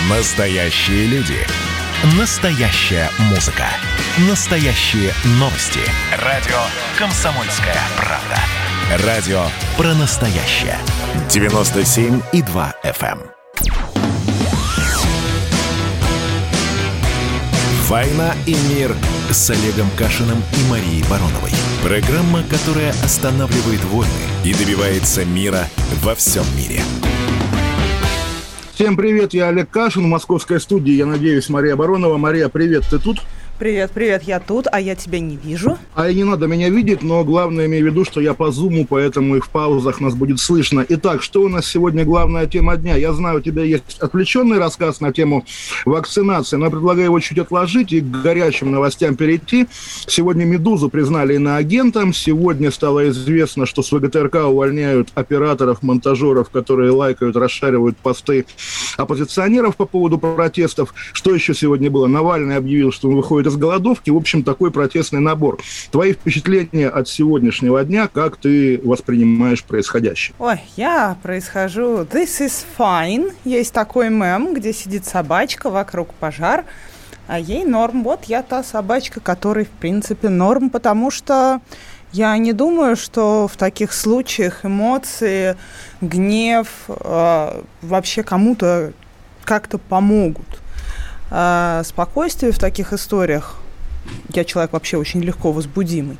Настоящие люди. Настоящая музыка. Настоящие новости. Радио «Комсомольская правда». Радио про настоящее. 97,2 FM. «Война и мир» с Олегом Кашиным и Марией Бароновой. Программа, которая останавливает войны и добивается мира во всем мире. Всем привет, я Олег Кашин, в московской студии, я надеюсь, Мария Баронова. Мария, привет, ты тут? Привет, я тут, а я тебя не вижу. А и не надо меня видеть, но главное, имею в виду, что я по зуму, поэтому и в паузах нас будет слышно. Итак, что у нас сегодня главная тема дня? Я знаю, у тебя есть отвлеченный рассказ на тему вакцинации, но я предлагаю его чуть отложить и к горячим новостям перейти. Сегодня «Медузу» признали иноагентом. Сегодня стало известно, что с ВГТРК увольняют операторов, монтажеров, которые лайкают, расшаривают посты оппозиционеров по поводу протестов. Что еще сегодня было? Навальный объявил, что он выходит из голодовки. В общем, такой протестный набор. Твои впечатления от сегодняшнего дня, как ты воспринимаешь происходящее? Ой, я происхожу «This is fine». Есть такой мем, где сидит собачка, вокруг пожар, а ей норм. Вот я та собачка, которой, в принципе, норм, потому что я не думаю, что в таких случаях эмоции, гнев вообще кому-то как-то помогут. Спокойствие в таких историях, я человек вообще очень легко возбудимый,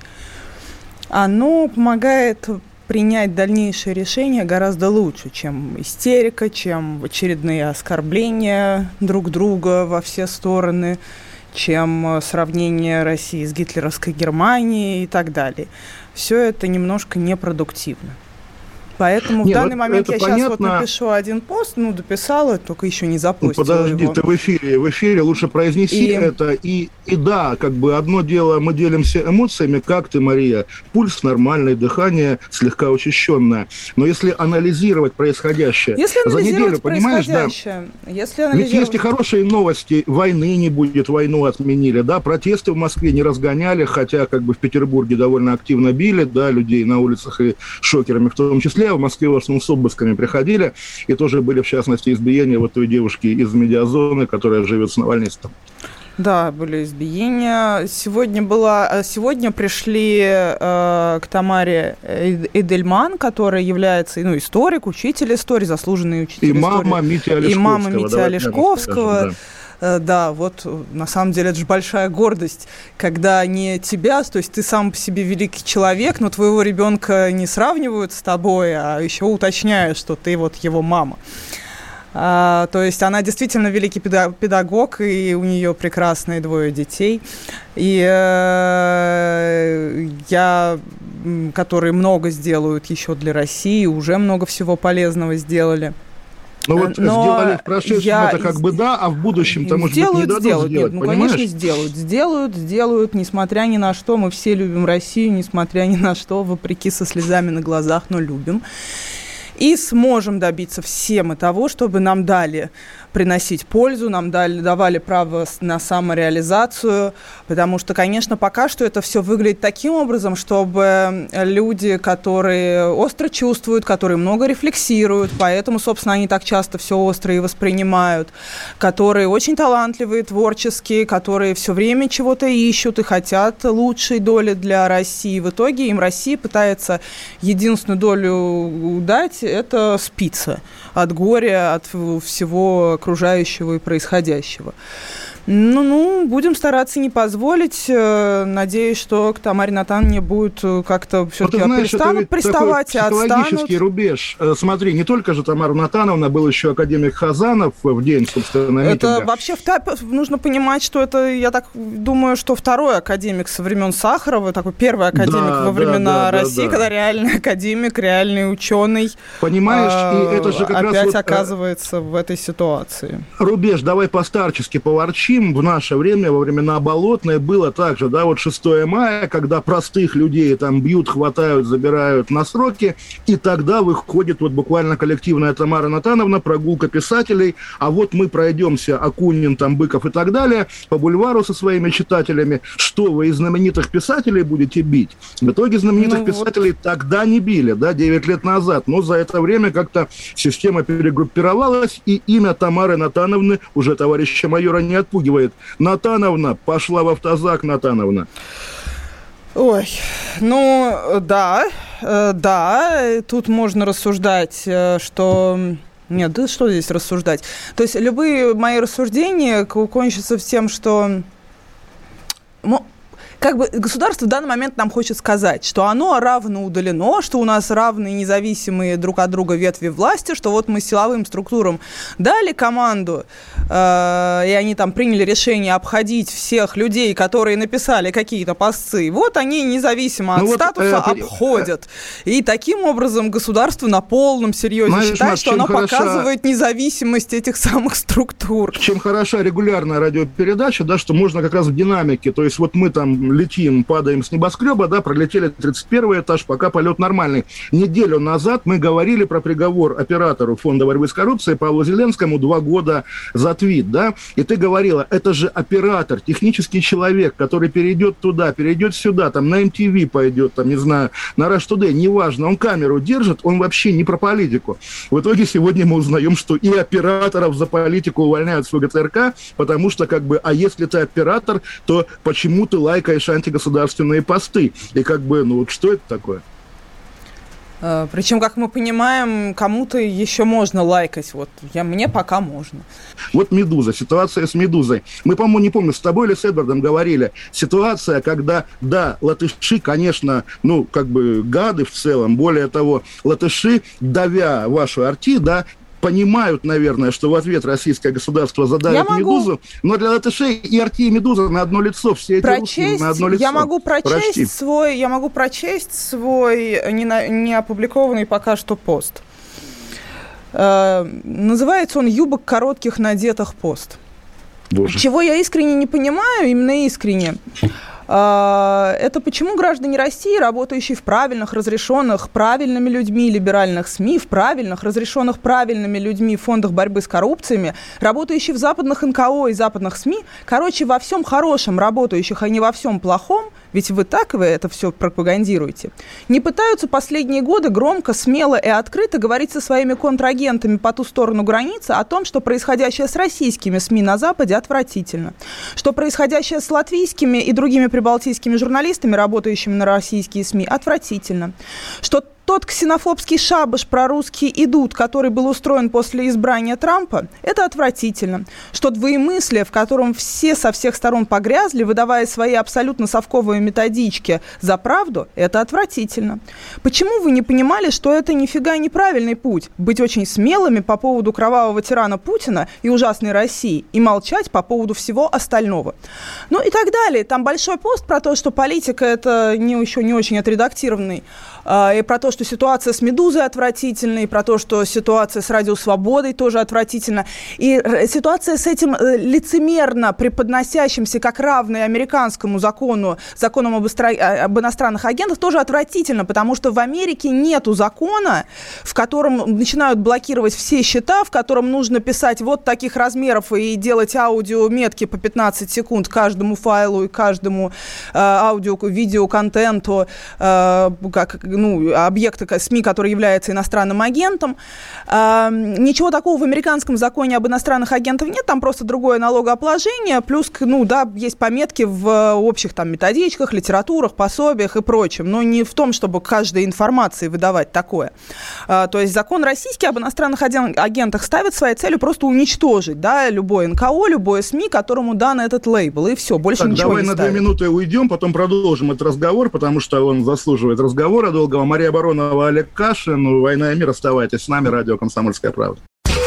оно помогает принять дальнейшие решения гораздо лучше, чем истерика, чем очередные оскорбления друг друга во все стороны, чем сравнение России с гитлеровской Германией и так далее. Все это немножко непродуктивно. Поэтому в данный момент я сейчас вот напишу один пост, дописала, только еще не запустила Подожди, его. Ты в эфире лучше произнеси это. И да, как бы одно дело, мы делимся эмоциями, как ты, Мария, пульс нормальный, дыхание слегка учащенное. Но если анализировать происходящее за неделю, понимаешь, да, ведь есть и хорошие новости, войны не будет, войну отменили, да, протесты в Москве не разгоняли, хотя как бы в Петербурге довольно активно били, да, людей на улицах и шокерами в том числе. В Москве в основном с обысками приходили, и тоже были, в частности, избиения вот той девушки из медиазоны, которая живет с Навальнистом. Да, были избиения. Сегодня пришли к Тамаре Эдельман, которая является историк, учитель истории, заслуженный учитель истории. И мама Мити Олешковского. Да, вот на самом деле это же большая гордость, когда не тебя, то есть ты сам по себе великий человек, но твоего ребенка не сравнивают с тобой, а еще уточняют, что ты вот его мама. То есть она действительно великий педагог, и у нее прекрасные 2 детей. И которые много сделают еще для России, уже много всего полезного сделали. Но сделали в прошедшем, это как бы да, а в будущем-то, может быть, не дадут сделать, нет, понимаешь? Конечно, сделают, несмотря ни на что. Мы все любим Россию, несмотря ни на что, вопреки со слезами на глазах, но любим. И сможем добиться все мы того, чтобы нам дали приносить пользу, нам давали право на самореализацию, потому что, конечно, пока что это все выглядит таким образом, чтобы люди, которые остро чувствуют, которые много рефлексируют, поэтому, собственно, они так часто все остро и воспринимают, которые очень талантливые, творческие, которые все время чего-то ищут и хотят лучшей доли для России. В итоге им Россия пытается единственную долю дать, это спиться от горя, от всего окружающего и происходящего. Будем стараться не позволить. Надеюсь, что к Тамаре Натановне будут как-то все-таки перестанут приставать и отстанут. Психологический рубеж. Смотри, не только же Тамара Натановна, был еще академик Хазанов в день, собственно, митинга. Это вообще нужно понимать, что это, я так думаю, что второй академик со времен Сахарова, такой первый академик во времена России, когда реальный академик, реальный ученый, понимаешь, и это же как опять раз оказывается в этой ситуации. Рубеж, давай по-старчески поворчим. летим, в наше время, во времена Болотной, было так же, да, вот 6 мая, когда простых людей там бьют, хватают, забирают на сроки, и тогда выходит вот буквально коллективная Тамара Натановна, прогулка писателей, а вот мы пройдемся, Акунин, там, Быков и так далее, по бульвару со своими читателями, что вы из знаменитых писателей будете бить? В итоге знаменитых писателей тогда не били, да, 9 лет назад, но за это время как-то система перегруппировалась, и имя Тамары Натановны уже товарища майора не отпугивает. Натановна, пошла в автозак, Натановна. Ой, ну, да, тут можно рассуждать, что... Нет, да что здесь рассуждать? То есть любые мои рассуждения кончатся в тем, что... Как бы государство в данный момент нам хочет сказать, что оно равно удалено, что у нас равные независимые друг от друга ветви власти, что вот мы силовым структурам дали команду, и они там приняли решение обходить всех людей, которые написали какие-то посты. Вот они независимо от статуса обходят. И таким образом государство на полном серьезе считает, что оно показывает независимость этих самых структур. Чем хороша регулярная радиопередача, да, что можно как раз в динамике, то есть вот мы там летим, падаем с небоскреба, да, пролетели 31 этаж, пока полет нормальный. Неделю назад мы говорили про приговор оператору Фонда борьбы с коррупцией Павлу Зеленскому 2 года за твит, да, и ты говорила, это же оператор, технический человек, который перейдет туда, перейдет сюда, там на MTV пойдет, там, не знаю, на Rush Today, неважно, он камеру держит, он вообще не про политику. В итоге сегодня мы узнаем, что и операторов за политику увольняют с ВГТРК, потому что, как бы, а если ты оператор, то почему ты лайкаешь антигосударственные посты. И как бы, ну вот что это такое? Причем, как мы понимаем, кому-то еще можно лайкать. Вот мне пока можно. Вот «Медуза», ситуация с «Медузой». Мы, по-моему, не помню, с тобой или с Эдвардом говорили. Ситуация, когда, да, латыши, конечно, ну, как бы гады в целом. Более того, латыши, давя вашу арти, да, понимают, наверное, что в ответ российское государство задавит «Медузу», но для латышей и арти, и «Медуза» на одно лицо, все эти русские на одно лицо. Я могу прочесть свой не опубликованный пока что пост. Называется он «Юбок коротких надетых пост». Боже. Чего я искренне не понимаю, именно искренне, это почему граждане России, работающие в правильных, разрешенных правильными людьми либеральных СМИ, в правильных, разрешенных правильными людьми фондах борьбы с коррупциями, работающие в западных НКО и западных СМИ, короче, во всем хорошем работающих, а не во всем плохом, ведь вы это все пропагандируете, не пытаются последние годы громко, смело и открыто говорить со своими контрагентами по ту сторону границы о том, что происходящее с российскими СМИ на Западе отвратительно, что происходящее с латвийскими и другими прибалтийскими журналистами, работающими на российские СМИ, отвратительно, что тот ксенофобский шабаш про русский идут, который был устроен после избрания Трампа, это отвратительно. Что двоемыслие, в котором все со всех сторон погрязли, выдавая свои абсолютно совковые методички за правду, это отвратительно. Почему вы не понимали, что это нифига неправильный путь? Быть очень смелыми по поводу кровавого тирана Путина и ужасной России и молчать по поводу всего остального. Ну и так далее. Там большой пост про то, что политика это еще не очень отредактированный, и про то, что ситуация с «Медузой» отвратительна, и про то, что ситуация с «Радио Свободой» тоже отвратительна. И ситуация с этим лицемерно преподносящимся как равной американскому законам об иностранных агентах тоже отвратительно, потому что в Америке нету закона, в котором начинают блокировать все счета, в котором нужно писать вот таких размеров и делать аудиометки по 15 секунд каждому файлу и каждому аудио-видеоконтенту, объекта СМИ, который является иностранным агентом. Ничего такого в американском законе об иностранных агентах нет, там просто другое налогообложение, плюс, есть пометки в общих там методичках, литературах, пособиях и прочем, но не в том, чтобы каждой информации выдавать такое. То есть закон российский об иностранных агентах ставит своей целью просто уничтожить, да, любое НКО, любое СМИ, которому дан этот лейбл, и все, больше так, ничего не ставит. Давай на 2 минуты уйдем, потом продолжим этот разговор, потому что он заслуживает разговора долгого. Мария Баронова, Олег Кашин. «Война и мир». Оставайтесь с нами. Радио «Комсомольская правда».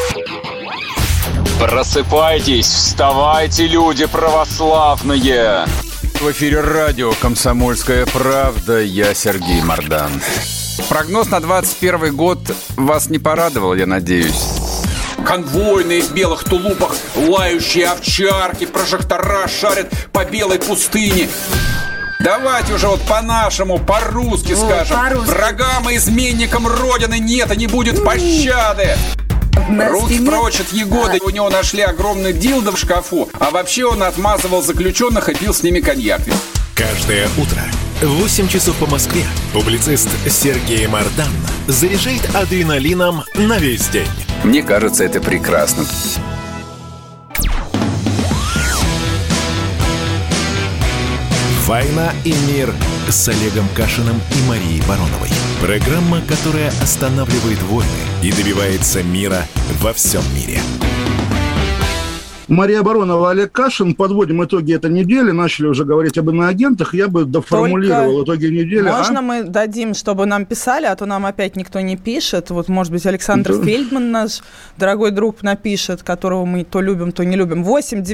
Просыпайтесь, вставайте, люди православные. В эфире радио «Комсомольская правда». Я Сергей Мордан. Прогноз на 21 год вас не порадовал, я надеюсь. Конвойные в белых тулупах, лающие овчарки, прожектора шарят по белой пустыне. Давайте уже вот по-нашему, по-русски скажем. По-русски. Врагам и изменникам Родины нет и не будет пощады. Руки прочь от Егоды. У него нашли огромный дилдо в шкафу. А вообще он отмазывал заключенных и пил с ними коньяк. Каждое утро в 8 часов по Москве публицист Сергей Мардан заряжает адреналином на весь день. Мне кажется, это прекрасно. «Война и мир» с Олегом Кашиным и Марией Бароновой. Программа, которая останавливает войны и добивается мира во всем мире. Мария Баронова, Олег Кашин. Подводим итоги этой недели. Начали уже говорить об иноагентах. Я бы доформулировал итоги недели. Можно мы дадим, чтобы нам писали, а то нам опять никто не пишет. Вот, может быть, Александр Фельдман, наш дорогой друг, напишет, которого мы то любим, то не любим.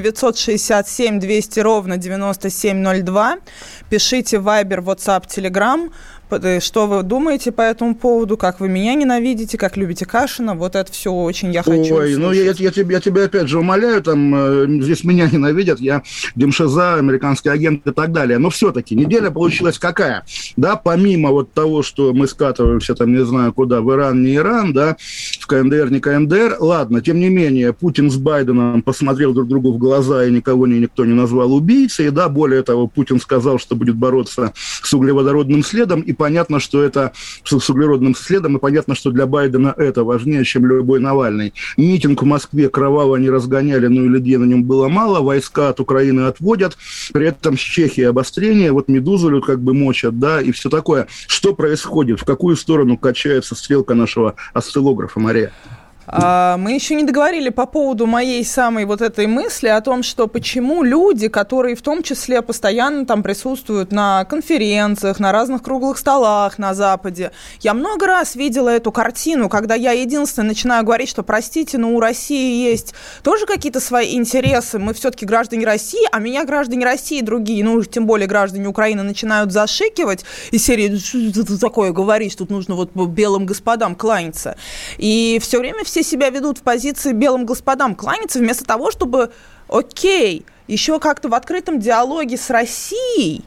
8-967-200-97-02. Пишите в Viber, WhatsApp, Telegram. Что вы думаете по этому поводу, как вы меня ненавидите, как любите Кашина, вот это все очень я хочу услышать. Ну я тебя опять же умоляю, там здесь меня ненавидят, я Демшиза, американский агент и так далее, но все-таки неделя получилась какая, да, помимо вот того, что мы скатываемся там не знаю куда, в Иран, не Иран, да, в КНДР, не КНДР, ладно, тем не менее, Путин с Байденом посмотрел друг другу в глаза и никто не назвал убийцей, да, более того, Путин сказал, что будет бороться с углеводородным следом, и понятно, что это с углеродным следом, и понятно, что для Байдена это важнее, чем любой Навальный. Митинг в Москве кроваво не разгоняли, но и людей на нем было мало, войска от Украины отводят, при этом с Чехии обострение, вот Медузу как бы мочат, да, и все такое. Что происходит? В какую сторону качается стрелка нашего осциллографа, Мария? Мы еще не договорили по поводу моей самой вот этой мысли о том, что почему люди, которые в том числе постоянно там присутствуют на конференциях, на разных круглых столах на Западе. Я много раз видела эту картину, когда я единственная начинаю говорить, что, простите, но у России есть тоже какие-то свои интересы, мы все-таки граждане России, а меня граждане России другие, ну, тем более граждане Украины начинают зашикивать из серии, что ты такое говоришь, тут нужно вот белым господам кланяться. И все время все себя ведут в позиции белым господам кланяться, вместо того, чтобы, окей, еще как-то в открытом диалоге с Россией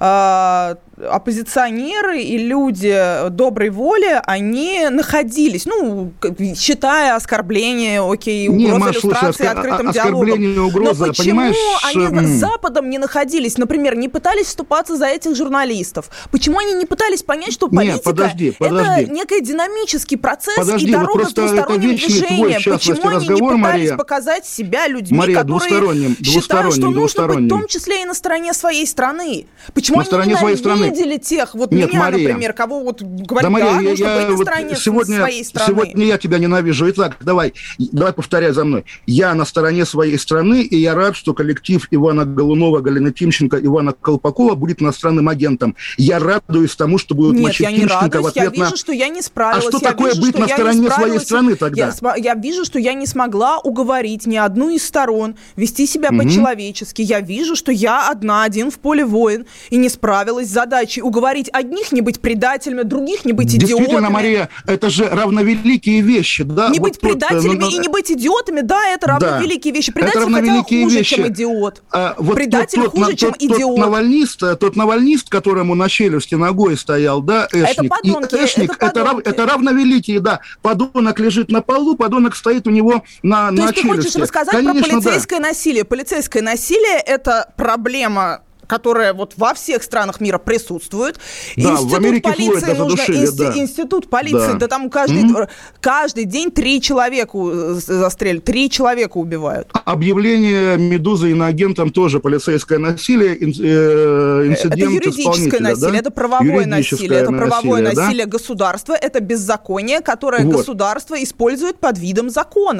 оппозиционеры и люди доброй воли, они находились, ну, считая оскорбления, окей, угрозы иллюстрации открытым диалогом. Угроза, но почему они с Западом не находились, например, не пытались вступаться за этих журналистов? Почему они не пытались понять, что политика это некий динамический процесс и дорога к двусторонним движениям? Почему они не пытались показать себя людьми, которые считают, что нужно быть в том числе и на стороне своей страны? Почему они ненавидели тех, вот Нет, меня, Мария. например, кого вот говорят, да, Мария, нужно быть на стороне своей страны. Сегодня я тебя ненавижу. Итак, давай повторяй за мной. Я на стороне своей страны, и я рад, что коллектив Ивана Голунова, Галины Тимченко, Ивана Колпакова будет иностранным агентом. Я радуюсь тому, что будут мочить Тимченко в ответ на... Я вижу, что я не справилась. А что такое быть на стороне своей страны тогда? Я вижу, что я не смогла уговорить ни одну из сторон вести себя по-человечески. Я вижу, что я один в поле воин, и не справилась с задачей уговорить одних не быть предателями, других не быть идиотами. Действительно, Мария, это же равновеликие вещи, да? Не быть предателями и не быть идиотами, да, это равновеликие вещи. Предатель хотя хуже, чем идиот. Предатель хуже, чем идиот. Тот навальнист, которому на челюсти ногой стоял, да, Эшник. Эшник, это равновеликие, да. Подонок лежит на полу, подонок стоит у него на челюсти. То есть ты хочешь рассказать про полицейское насилие? Полицейское насилие – это проблема, которая вот во всех странах мира присутствует. Да, институт в Америке полиции нужно, институт полиции, да там каждый день 3 человека застрелят, 3 человека убивают. Объявление Медузы иноагентом тоже полицейское насилие, инцидент это юридическое насилие, да? Это правовое насилие, это правовое насилие государства, это беззаконие, которое государство использует под видом закона.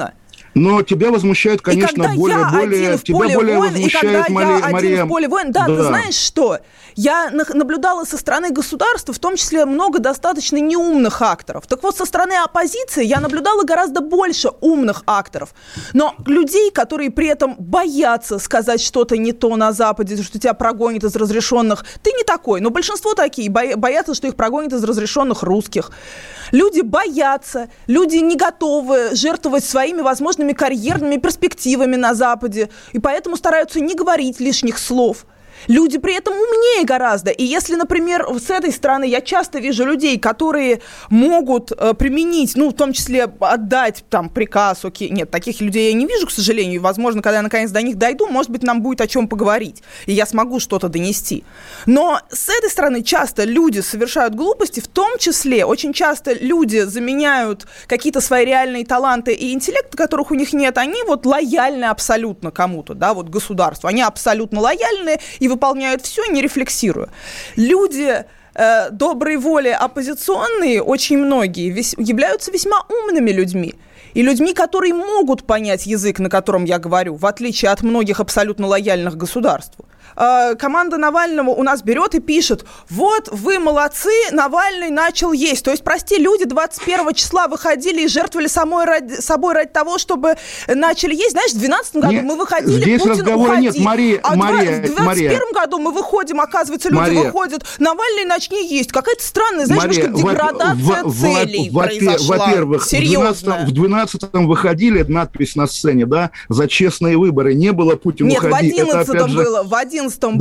Но тебя возмущает, конечно, более возмущает Мария. В поле воин, да, ты знаешь что? Я наблюдала со стороны государства, в том числе много достаточно неумных акторов. Так вот, со стороны оппозиции я наблюдала гораздо больше умных акторов. Но людей, которые при этом боятся сказать что-то не то на Западе, что тебя прогонят из разрешенных, ты не такой. Но большинство такие боятся, что их прогонят из разрешенных русских. Люди боятся, люди не готовы жертвовать своими возможными карьерными перспективами на Западе, и поэтому стараются не говорить лишних слов. Люди при этом умнее гораздо. И если, например, с этой стороны я часто вижу людей, которые могут применить, в том числе отдать там приказ, нет, таких людей я не вижу, к сожалению, и, возможно, когда я наконец до них дойду, может быть, нам будет о чем поговорить, и я смогу что-то донести. Но с этой стороны часто люди совершают глупости, в том числе очень часто люди заменяют какие-то свои реальные таланты и интеллект, которых у них нет, они лояльны абсолютно кому-то, государству, они абсолютно лояльны и выполняют все, не рефлексируя. Люди доброй воли оппозиционные, очень многие, являются весьма умными людьми. И людьми, которые могут понять язык, на котором я говорю, в отличие от многих абсолютно лояльных государству. Команда Навального у нас берет и пишет: вот вы молодцы, Навальный начал есть. То есть, прости, люди 21 числа выходили и жертвовали собой ради того, чтобы начали есть. Знаешь, в 2012 году мы выходили, здесь Путин разговора уходи. Нет, Мария, в 2021 году мы выходим, оказывается, люди выходят, Навальный начни есть. Какая-то странная, знаешь, Мария, деградация целей произошла. Во-первых, серьезно. в 12-м выходили, надпись на сцене, да, за честные выборы. Не было Путин уходи. Нет, в 11-м было. В 11-м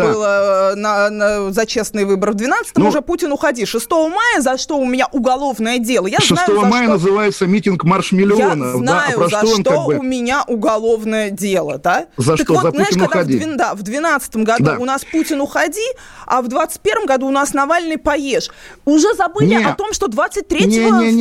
было за честные выборы. В 12-м уже Путин уходи. 6 мая, за что у меня уголовное дело. 6 мая называется митинг «Марш миллионов». Я знаю, за что у меня уголовное дело, да? За так что? вот, за знаешь, Путин когда уходи. в 12-м году у нас Путин уходи, а в 21-м году у нас Навальный поешь. Уже забыли о том, что 23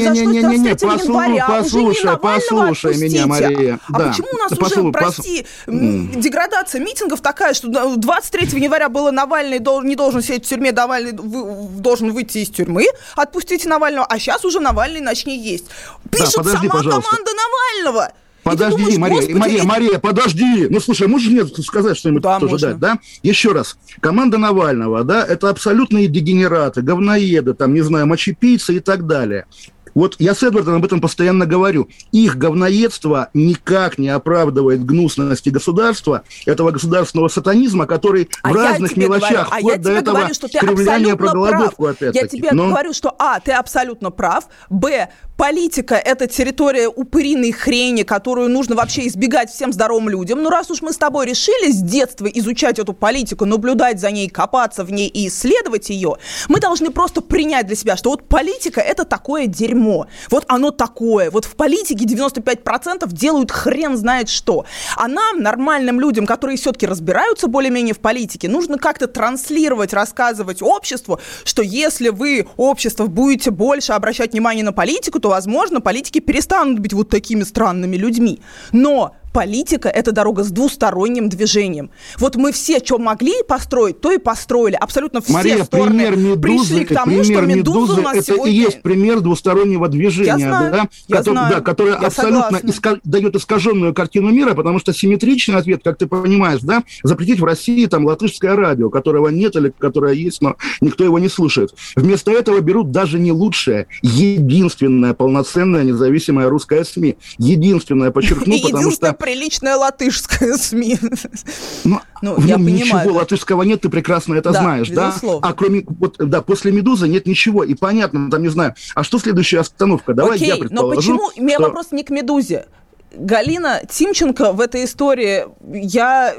января уже не Навального отпустите. Меня, Мария. А почему у нас уже, прости, деградация митингов такая, что 23 января было Навальный не должен сидеть в тюрьме, Навальный должен выйти из тюрьмы, отпустите Навального, а сейчас уже Навальный начни есть. Пишет сама команда Навального. Подожди, думаешь, Мария, подожди. Ну, слушай, можешь мне сказать что-нибудь тоже дать, да? Еще раз. Команда Навального, да, это абсолютные дегенераты, говноеды, там, не знаю, мочепийцы и так далее. Вот я с Эдвардом об этом постоянно говорю. Их говноедство никак не оправдывает гнусности государства, этого государственного сатанизма, который в разных мелочах, вплоть до этого кривляния про голодовку, опять-таки. Я тебе говорю, что ты абсолютно прав, политика – это территория упыриной хрени, которую нужно вообще избегать всем здоровым людям. Но раз уж мы с тобой решили с детства изучать эту политику, наблюдать за ней, копаться в ней и исследовать ее, мы должны просто принять для себя, что политика – это такое дерьмо. Вот оно такое. Вот в политике 95% делают хрен знает что. А нам, нормальным людям, которые все-таки разбираются более-менее в политике, нужно как-то транслировать, рассказывать обществу, что если вы, общество, будете больше обращать внимание на политику, то, возможно, политики перестанут быть вот такими странными людьми. Но политика – это дорога с двусторонним движением. Вот мы все, что могли построить, то и построили. Абсолютно все Мария, стороны пришли к тому, что «Медуза» у нас это сегодня... и есть пример двустороннего движения, которое абсолютно дает искаженную картину мира, потому что симметричный ответ, как ты понимаешь, да, запретить в России там латышское радио, которого нет или которое есть, но никто его не слушает. Вместо этого берут даже не лучшее, единственное полноценное независимое русское СМИ. Единственное, подчеркну, потому что приличная латышская СМИ. В нем ничего латышского нет, ты прекрасно это знаешь, безусловно. Да? А кроме, после «Медузы» нет ничего, и понятно, там, не знаю, а что следующая остановка? Давай я предположу. Но почему? У меня вопрос не к «Медузе». Галина Тимченко в этой истории, я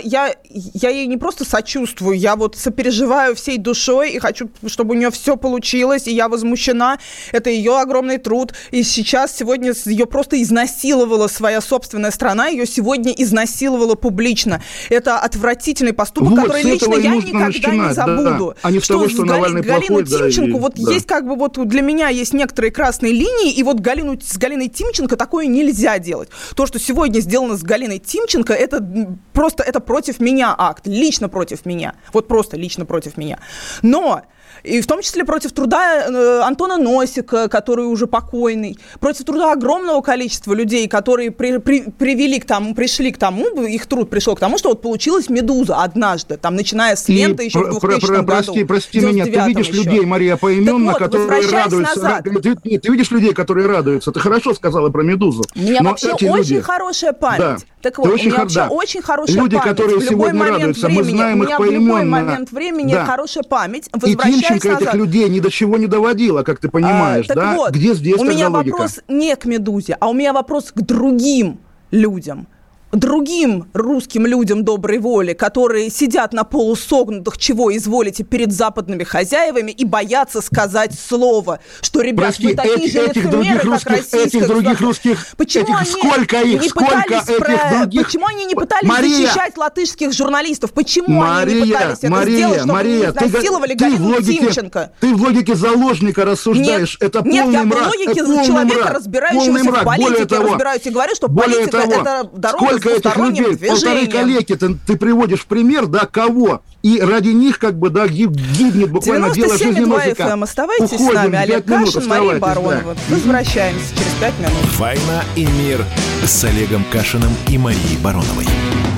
ей не просто сочувствую, я вот сопереживаю всей душой и хочу, чтобы у нее все получилось, и я возмущена, это ее огромный труд, и сегодня ее просто изнасиловала своя собственная страна, ее сегодня изнасиловала публично. Это отвратительный поступок, который лично я никогда не забуду. Да. А не с того, что Навальный плохой, Тимченко, есть как бы для меня есть некоторые красные линии, и вот с Галиной Тимченко такое нельзя делать. То, что сегодня сделано с Галиной Тимченко, это против меня акт, лично против меня. Вот просто лично против меня. Но И в том числе против труда Антона Носика, который уже покойный, против труда огромного количества людей, которые пришли к тому, их труд пришел к тому, что вот получилась «Медуза» однажды, там, начиная с ленты еще в 2000 году. Прости меня, ты видишь еще людей, Мария, поименно, вот, которые радуются. Ты видишь людей, которые радуются. Ты хорошо сказала про «Медузу». У меня вообще очень хорошая память. Да. Так вот, у меня вообще очень хорошая люди, память. Которые сегодня радуются, мы знаем их поименно. У меня в любой момент времени хорошая память. И этих людей ни до чего не доводила, как ты понимаешь, да? Вот, где здесь тогда логика? У меня вопрос не к «Медузе», а у меня вопрос к другим людям. Другим русским людям доброй воли, которые сидят на полусогнутых, чего изволите, перед западными хозяевами и боятся сказать слово, что, ребят, вы такие же лицемеры, как российское. Этих других русских, сколько их, почему они не пытались защищать латышских журналистов? Почему они не пытались это сделать, чтобы не изнасиловали Галину Тимченко? Ты в логике заложника рассуждаешь. Это полный мрак. Нет, я в логике человека, разбирающегося в политике, разбираюсь и говорю, что политика – это дорога сколько этих людей, полторы коллеги ты приводишь в пример, да, кого? И ради них, как бы, да, гибнет буквально дело жизни Носика. 97,2 FM. Оставайтесь с нами. Олег Кашин, Мария Баронова. Да. Возвращаемся через 5 минут. «Война и мир» с Олегом Кашиным и Марией Бароновой.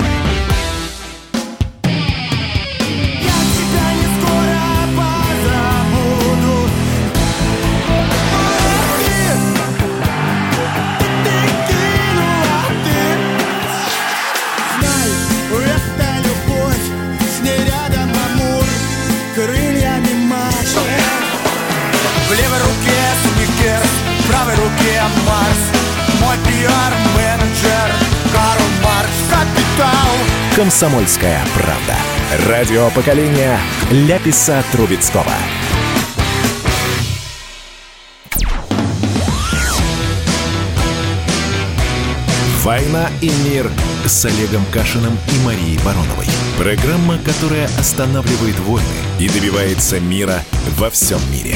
«Комсомольская правда». Радио поколения Ляписа Трубецкого. «Война и мир» с Олегом Кашиным и Марией Бароновой. Программа, которая останавливает войны и добивается мира во всем мире.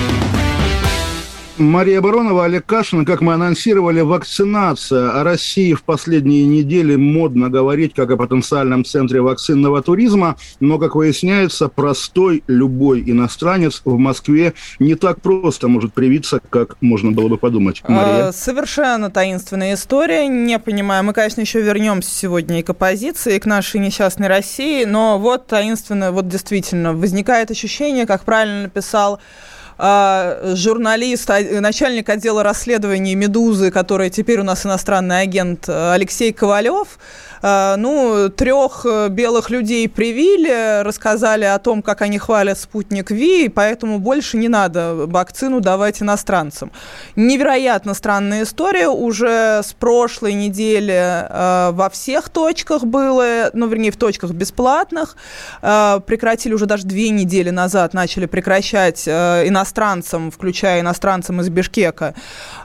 Мария Баронова, Олег Кашин. Как мы анонсировали, вакцинация. О России в последние недели модно говорить как о потенциальном центре вакцинного туризма, но, как выясняется, простой любой иностранец в Москве не так просто может привиться, как можно было бы подумать. Мария? Совершенно таинственная история. Не понимаю. Мы, конечно, еще вернемся сегодня и к оппозиции, и к нашей несчастной России, но вот таинственно, вот действительно возникает ощущение, как правильно написал журналист, начальник отдела расследований «Медузы», который теперь у нас иностранный агент, Алексей Ковалев. 3 белых людей привили, рассказали о том, как они хвалят «Спутник Ви», поэтому больше не надо вакцину давать иностранцам. Невероятно странная история. Уже с прошлой недели во всех точках было, вернее, в точках бесплатных. Прекратили уже даже 2 недели назад, начали прекращать иностранцам, включая иностранцам из Бишкека,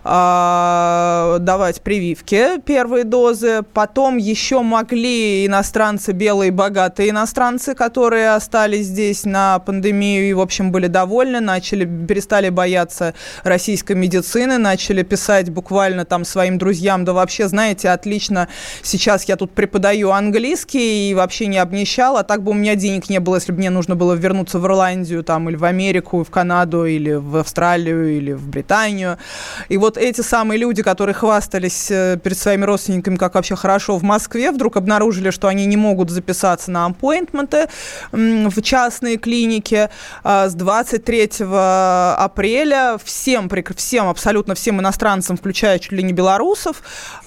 давать прививки, первые дозы. Потом еще могли иностранцы, белые, богатые иностранцы, которые остались здесь на пандемию и, в общем, были довольны, перестали бояться российской медицины, начали писать буквально там своим друзьям: да вообще, знаете, отлично, сейчас я тут преподаю английский и вообще не обнищал, а так бы у меня денег не было, если бы мне нужно было вернуться в Ирландию там, или в Америку, в Канаду, или в Австралию, или в Британию. И вот эти самые люди, которые хвастались перед своими родственниками, как вообще хорошо в Москве, вдруг обнаружили, что они не могут записаться на аппоинтменты в частные клиники. С 23 апреля всем, абсолютно всем иностранцам, включая чуть ли не белорусов,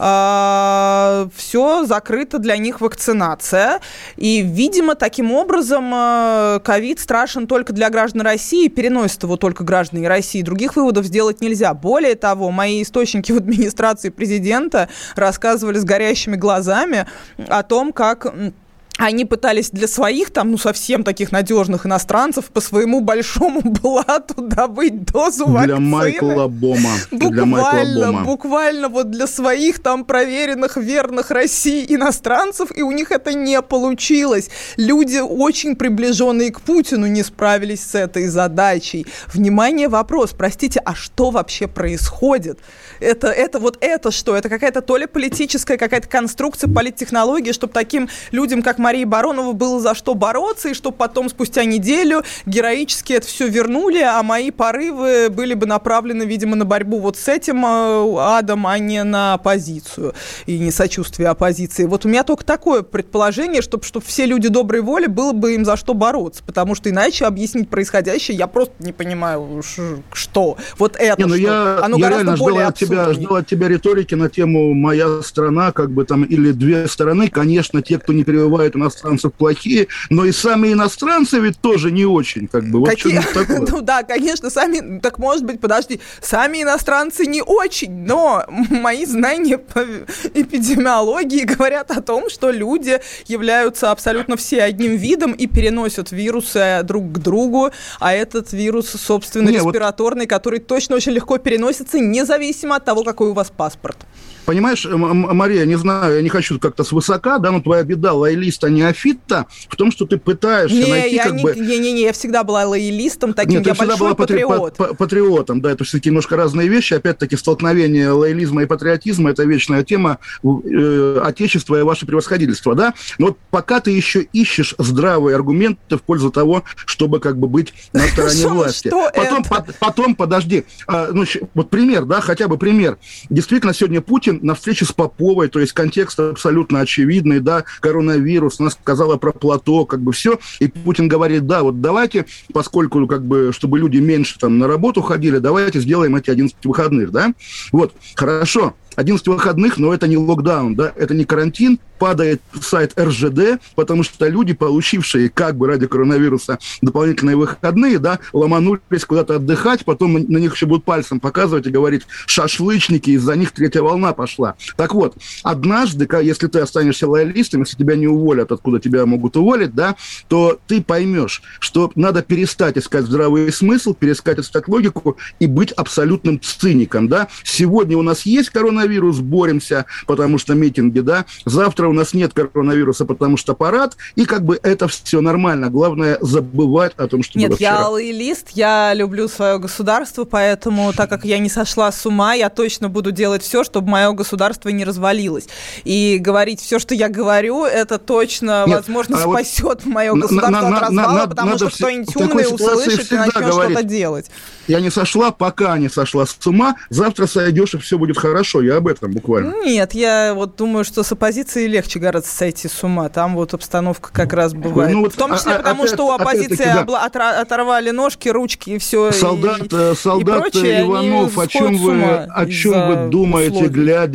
все закрыто для них вакцинация. И, видимо, таким образом ковид страшен только для граждан России, переносит его только граждане России. Других выводов сделать нельзя. Более того, мои источники в администрации президента рассказывали с горящими глазами о том, как они пытались для своих, совсем таких надежных иностранцев по своему большому блату добыть дозу вакцины. Для Майкла Бома. Буквально вот для своих проверенных, верных России иностранцев, и у них это не получилось. Люди, очень приближенные к Путину, не справились с этой задачей. Внимание, вопрос. Простите, а что вообще происходит? Это что? Это какая-то то ли политическая какая-то конструкция, политтехнология, чтобы таким людям, как Марии Бароновой было за что бороться, и чтобы потом спустя неделю героически это все вернули, а мои порывы были бы направлены, видимо, на борьбу вот с этим адом, а не на оппозицию и не сочувствие оппозиции. Вот у меня только такое предположение, чтобы все люди доброй воли, было бы им за что бороться, потому что иначе объяснить происходящее я просто не понимаю, что. Вот это не, что. Оно я гораздо реально более ждал от тебя риторики на тему «моя страна», как бы там, или две стороны. Конечно, те, кто не прививает иностранцев, плохие, но и сами иностранцы ведь тоже не очень, как бы. Вот ну да, конечно, сами, так может быть, подожди, сами иностранцы не очень, но мои знания по эпидемиологии говорят о том, что люди являются абсолютно все одним видом и переносят вирусы друг к другу, а этот вирус, собственно, респираторный, который точно очень легко переносится, независимо от того, какой у вас паспорт. Понимаешь, Мария, не знаю, я не хочу как-то свысока, да, но твоя беда лоялиста, неофита в том, что ты пытаешься найти я всегда была лоялистом таким, я большой патриот. Патриотом, да, это все-таки немножко разные вещи. Опять-таки, столкновение лоялизма и патриотизма – это вечная тема Отечества и ваше превосходительство, да. Но вот пока ты еще ищешь здравые аргументы в пользу того, чтобы как бы быть на стороне власти. Потом, подожди, вот пример, да, хотя бы пример. Действительно, сегодня Путин на встрече с Поповой, то есть контекст абсолютно очевидный, да, коронавирус, она сказала про платок, как бы все, и Путин говорит, да, вот давайте, поскольку, как бы, чтобы люди меньше там на работу ходили, давайте сделаем эти 11 выходных, да, вот, хорошо, 11 выходных, но это не локдаун, да, это не карантин, падает сайт РЖД, потому что люди, получившие как бы ради коронавируса дополнительные выходные, да, ломанулись куда-то отдыхать, потом на них еще будут пальцем показывать и говорить шашлычники, из-за них третья волна пошла. Так вот, однажды, если ты останешься лоялистом, если тебя не уволят, откуда тебя могут уволить, да, то ты поймешь, что надо перестать искать здравый смысл, перестать искать логику и быть абсолютным циником, да. Сегодня у нас есть коронавирус, боремся, потому что митинги, да, завтра у нас нет коронавируса, потому что парад, и как бы это все нормально. Главное забывать о том, что было вчера. Нет, я лоялист, я люблю свое государство, поэтому, так как я не сошла с ума, я точно буду делать все, чтобы мое государство не развалилось. И говорить все, что я говорю, это точно, возможно, спасет мое государство от развала, потому что кто-нибудь умный услышит и начнет что-то делать. Я не сошла, пока не сошла с ума, завтра сойдешь, и все будет хорошо. Я об этом буквально. Нет, я вот думаю, что с оппозицией легче гораздо сойти с ума. Там вот обстановка как раз бывает. В том числе потому, что у оппозиции оторвали ножки, ручки и все. Солдат Иванов, о чем вы думаете,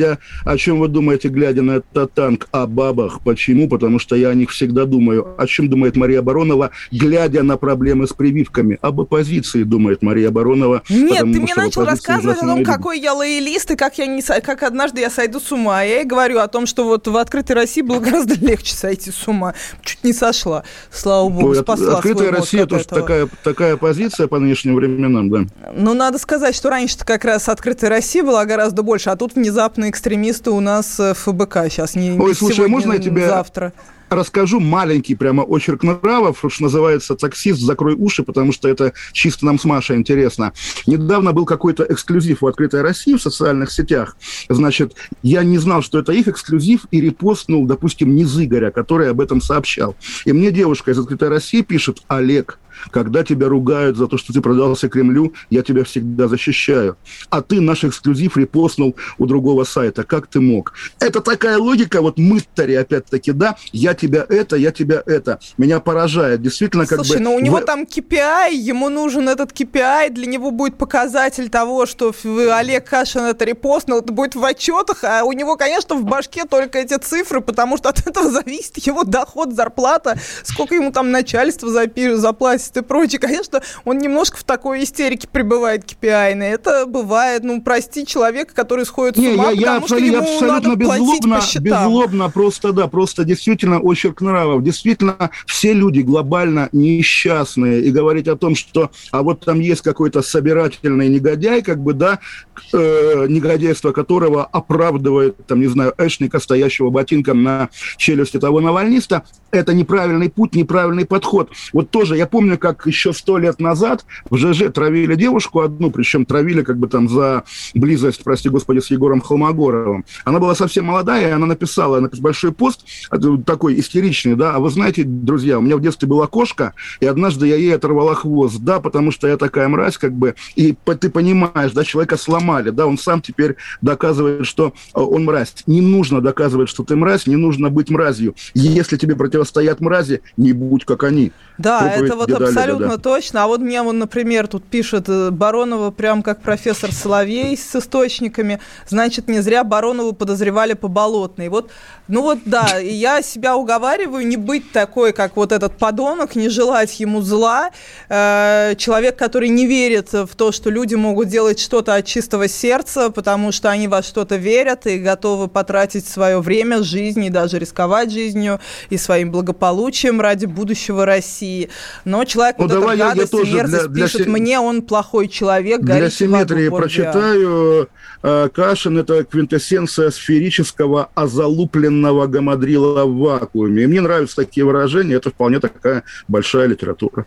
глядя на этот танк? О бабах. Почему? Потому что я о них всегда думаю. О чем думает Мария Баронова, глядя на проблемы с прививками? Об оппозиции думает Мария Баронова. Нет, ты мне начал рассказывать о том, какой я лоялист, и как однажды я сойду с ума. Я и говорю о том, что вот в «Открытой России» было гораздо легче сойти с ума. Чуть не сошла. Слава богу, спасла свой мозг. «Открытая Россия» тоже такая позиция по нынешним временам, да. Ну, надо сказать, что раньше-то как раз «Открытая Россия» была гораздо больше, а тут внезапно экстремисты у нас ФБК сейчас. Слушай, можно я тебе завтра расскажу маленький прямо очерк нравов, что называется «Таксист, закрой уши», потому что это чисто нам с Машей интересно. Недавно был какой-то эксклюзив у «Открытой России» в социальных сетях. Значит, я не знал, что это их эксклюзив, и репостнул, допустим, Низ Игоря, который об этом сообщал. И мне девушка из «Открытой России» пишет: «Олег, когда тебя ругают за то, что ты продался Кремлю, я тебя всегда защищаю. А ты наш эксклюзив репостнул у другого сайта. Как ты мог?» Это такая логика, вот мытари, опять-таки, да, я тебя это. Меня поражает. Действительно, как Слушай, но у него там KPI, ему нужен этот KPI, для него будет показатель того, что Олег Кашин это репостнул, это будет в отчетах, а у него, конечно, в башке только эти цифры, потому что от этого зависит его доход, зарплата, сколько ему там начальство заплатит и прочее. Конечно, он немножко в такой истерике пребывает KPI-ной. Это бывает, прости человека, который сходит с ума, потому что ему надо платить по счетам. Беззлобно, просто действительно очерк нравов. Действительно, все люди глобально несчастные. И говорить о том, что вот там есть какой-то собирательный негодяй, как бы, да, негодяйство которого оправдывает, там, не знаю, Эшника, стоящего ботинком на челюсти того навальниста, это неправильный путь, неправильный подход. Вот тоже я помню, как еще 100 лет назад в ЖЖ травили девушку одну, причем травили как бы там за близость, прости господи, с Егором Холмогоровым. Она была совсем молодая, и она написала большой пост, такой истеричный, да, а вы знаете, друзья, у меня в детстве была кошка, и однажды я ей оторвала хвост, да, потому что я такая мразь, как бы, и ты понимаешь, да, человека сломали, да, он сам теперь доказывает, что он мразь. Не нужно доказывать, что ты мразь, не нужно быть мразью. Если тебе противостоят мрази, не будь как они. Да, проповедь это вот абсолютно точно. А вот мне, например, тут пишет Баронова прям как профессор Соловей с источниками. Значит, не зря Баронову подозревали по Болотной. Вот, ну вот да, и я себя уговариваю не быть такой, как вот этот подонок, не желать ему зла. Человек, который не верит в то, что люди могут делать что-то от чистого сердца, потому что они во что-то верят и готовы потратить свое время, жизнь и даже рисковать жизнью и своим благополучием ради будущего России. Но человек вот эту гадость и мерзость пишет мне, он плохой человек, для симметрии прочитаю. Кашин – это квинтэссенция сферического озалупленного гамадрила в вакууме. И мне нравятся такие выражения, это вполне такая большая литература.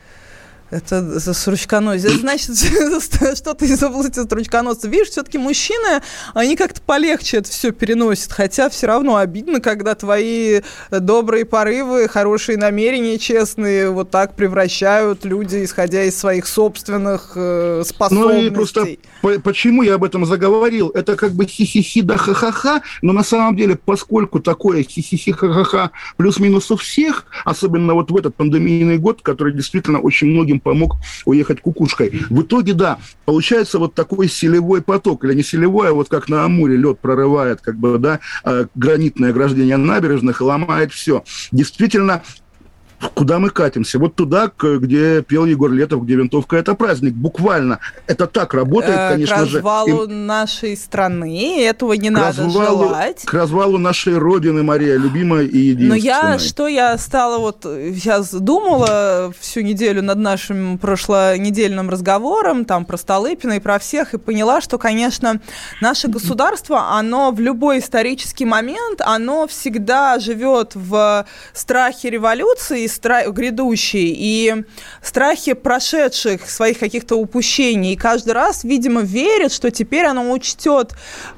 Это за стручконосие. Это значит, что-то из области стручконосца. Видишь, все-таки мужчины, они как-то полегче это все переносят. Хотя все равно обидно, когда твои добрые порывы, хорошие намерения, честные, вот так превращают люди, исходя из своих собственных способностей. Ну и просто почему я об этом заговорил? Это как бы хи-хи-хи да ха-ха-ха, но на самом деле, поскольку такое хи-хи-хи ха-ха-ха плюс-минус у всех, особенно вот в этот пандемийный год, который действительно очень многим помог уехать кукушкой. В итоге, да, получается вот такой селевой поток, или не селевой, а вот как на Амуре лед прорывает, как бы, да, гранитное ограждение набережных и ломает все. Действительно, куда мы катимся? Вот туда, где пел Егор Летов, где винтовка – это праздник. Буквально. Это так работает, конечно же. К развалу нашей страны. Этого не надо желать. К развалу нашей Родины, Мария, любимая и единственная. Но я стала вот... Сейчас думала всю неделю над нашим прошлонедельным разговором, там, про Столыпина и про всех, и поняла, что, конечно, наше государство, оно в любой исторический момент, оно всегда живет в страхе революции, грядущей, и страхи прошедших своих каких-то упущений. И каждый раз, видимо, верит, что теперь оно учтет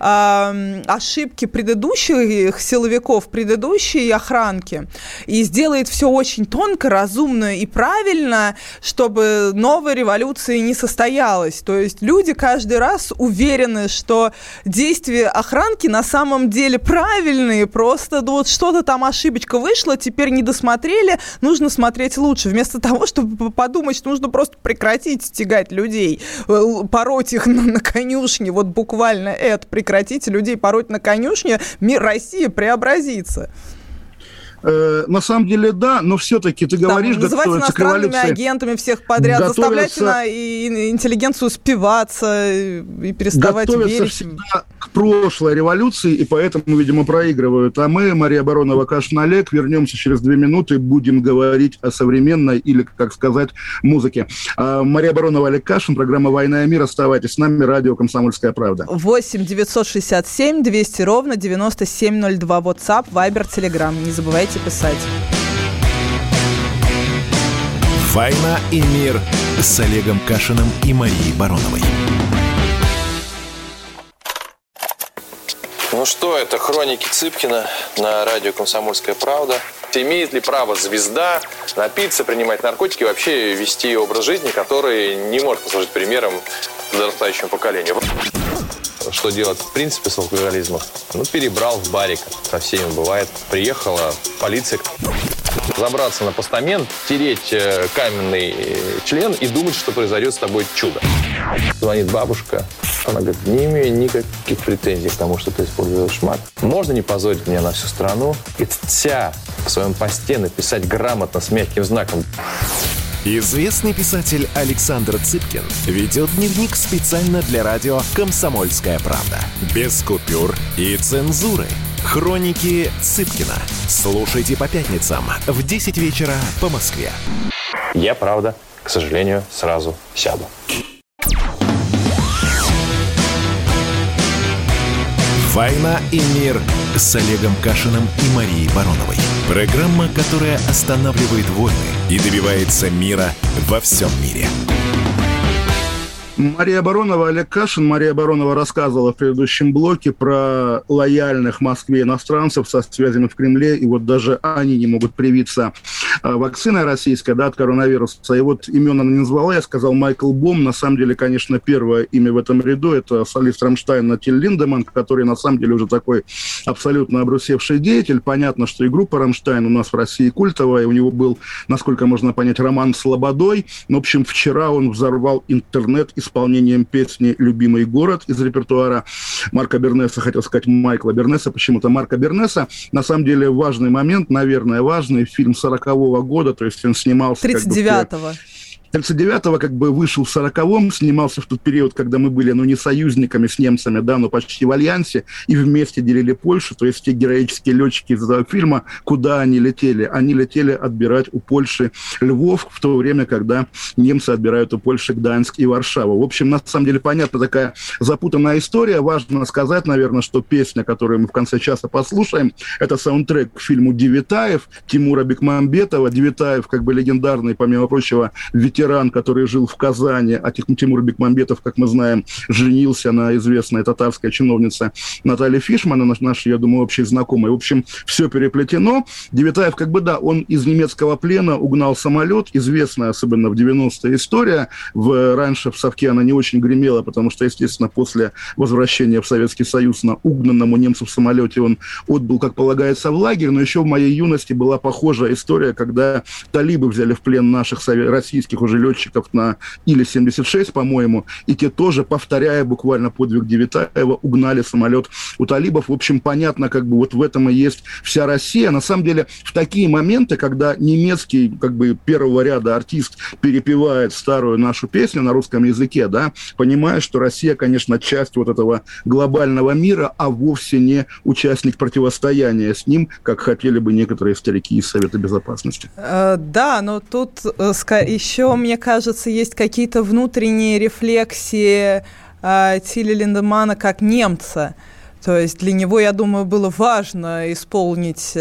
ошибки предыдущих силовиков, предыдущей охранки, и сделает все очень тонко, разумно и правильно, чтобы новая революция не состоялась. То есть люди каждый раз уверены, что действия охранки на самом деле правильные, просто вот что-то там ошибочка вышла, теперь не досмотрели, нужно смотреть лучше. Вместо того, чтобы подумать, что нужно просто прекратить стягать людей, пороть их на конюшне, вот буквально это, прекратить людей пороть на конюшне, мир России преобразится. На самом деле, да, но все-таки ты говоришь, называть иностранными агентами всех подряд, заставлять интеллигенцию спиваться и переставать верить. Готовятся всегда к прошлой революции, и поэтому, видимо, проигрывают. А мы, Мария Баронова, Кашин Олег, вернемся через 2 минуты, будем говорить о современной или, как сказать, музыке. Мария Баронова, Олег Кашин, программа «Война и мир». Оставайтесь с нами, радио «Комсомольская правда». 8 967 200 ровно 9702. WhatsApp, Viber, Telegram. Не забывайте писать. «Война и мир» с Олегом Кашиным и Марией Бароновой. Ну что, это хроники Цыпкина на радио «Комсомольская правда». Имеет ли право звезда напиться, принимать наркотики и вообще вести образ жизни, который не может послужить примером подрастающему поколению? Что делать в принципе с алкоголизмом? Ну, перебрал в барик. Со всеми бывает. Приехала полиция. Забраться на постамент, тереть каменный член и думать, что произойдет с тобой чудо. Звонит бабушка. Она говорит, не имею никаких претензий к тому, что ты используешь мат. Можно не позорить меня на всю страну? И вся в своем посте написать грамотно с мягким знаком. Известный писатель Александр Цыпкин ведет дневник специально для радио «Комсомольская правда». Без купюр и цензуры. Хроники Цыпкина. Слушайте по пятницам в 10 вечера по Москве. Я, правда, к сожалению, сразу сяду. «Война и мир» с Олегом Кашиным и Марией Бароновой. Программа, которая останавливает войны и добивается мира во всем мире. Мария Баронова, Олег Кашин. Мария Баронова рассказывала в предыдущем блоке про лояльных Москве иностранцев со связями в Кремле, и вот даже они не могут привиться вакциной российской, да, от коронавируса. И вот имен она не назвала, я сказал Майкл Бом. На самом деле, конечно, первое имя в этом ряду – это солист Рамштайна Тиль Линдеманн, который на самом деле уже такой абсолютно обрусевший деятель. Понятно, что и группа Рамштайн у нас в России культовая, у него был, насколько можно понять, роман с Лободой. Но, в общем, вчера он взорвал интернет исполнением песни «Любимый город» из репертуара Марка Бернеса, хотел сказать Майкла Бернеса, почему-то Марка Бернеса. На самом деле важный момент, наверное, важный, фильм 40-го года, то есть он снимался... 39-го. 39-го как бы вышел в 40-м, снимался в тот период, когда мы были, не союзниками с немцами, да, но почти в альянсе, и вместе делили Польшу, то есть те героические летчики из этого фильма, куда они летели? Они летели отбирать у Польши Львов в то время, когда немцы отбирают у Польши Гданьск и Варшаву. В общем, на самом деле, понятно, такая запутанная история. Важно сказать, наверное, что песня, которую мы в конце часа послушаем, это саундтрек к фильму «Девятаев» Тимура Бекмамбетова. Девятаев, как бы легендарный, помимо прочего, ветеран, который жил в Казани, а Тимур Бекмамбетов, как мы знаем, женился на известной татарской чиновнице Наталье Фишман, нашей, я думаю, общей знакомой. В общем, все переплетено. Девятаев, как бы, да, он из немецкого плена угнал самолет, известная, особенно в 90-е история. Раньше в Совке она не очень гремела, потому что, естественно, после возвращения в Советский Союз на угнанном у немцев самолете он отбыл, как полагается, в лагерь. Но еще в моей юности была похожая история, когда талибы взяли в плен наших российских уже летчиков на Ил-76, по-моему, и те тоже, повторяя буквально подвиг Девятаева, угнали самолет у талибов. В общем, понятно, как бы вот в этом и есть вся Россия. На самом деле, в такие моменты, когда немецкий, как бы, первого ряда артист перепевает старую нашу песню на русском языке, да, понимая, что Россия, конечно, часть вот этого глобального мира, а вовсе не участник противостояния с ним, как хотели бы некоторые старики из Совета Безопасности. Да, но тут еще, мне кажется, есть какие-то внутренние рефлексии Тиля Линдеманна как немца. То есть для него, я думаю, было важно исполнить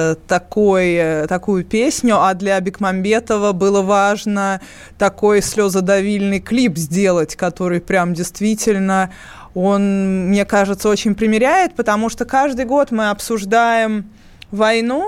такую песню, а для Бекмамбетова было важно такой слезодавильный клип сделать, который прям действительно, он, мне кажется, очень примиряет, потому что каждый год мы обсуждаем войну,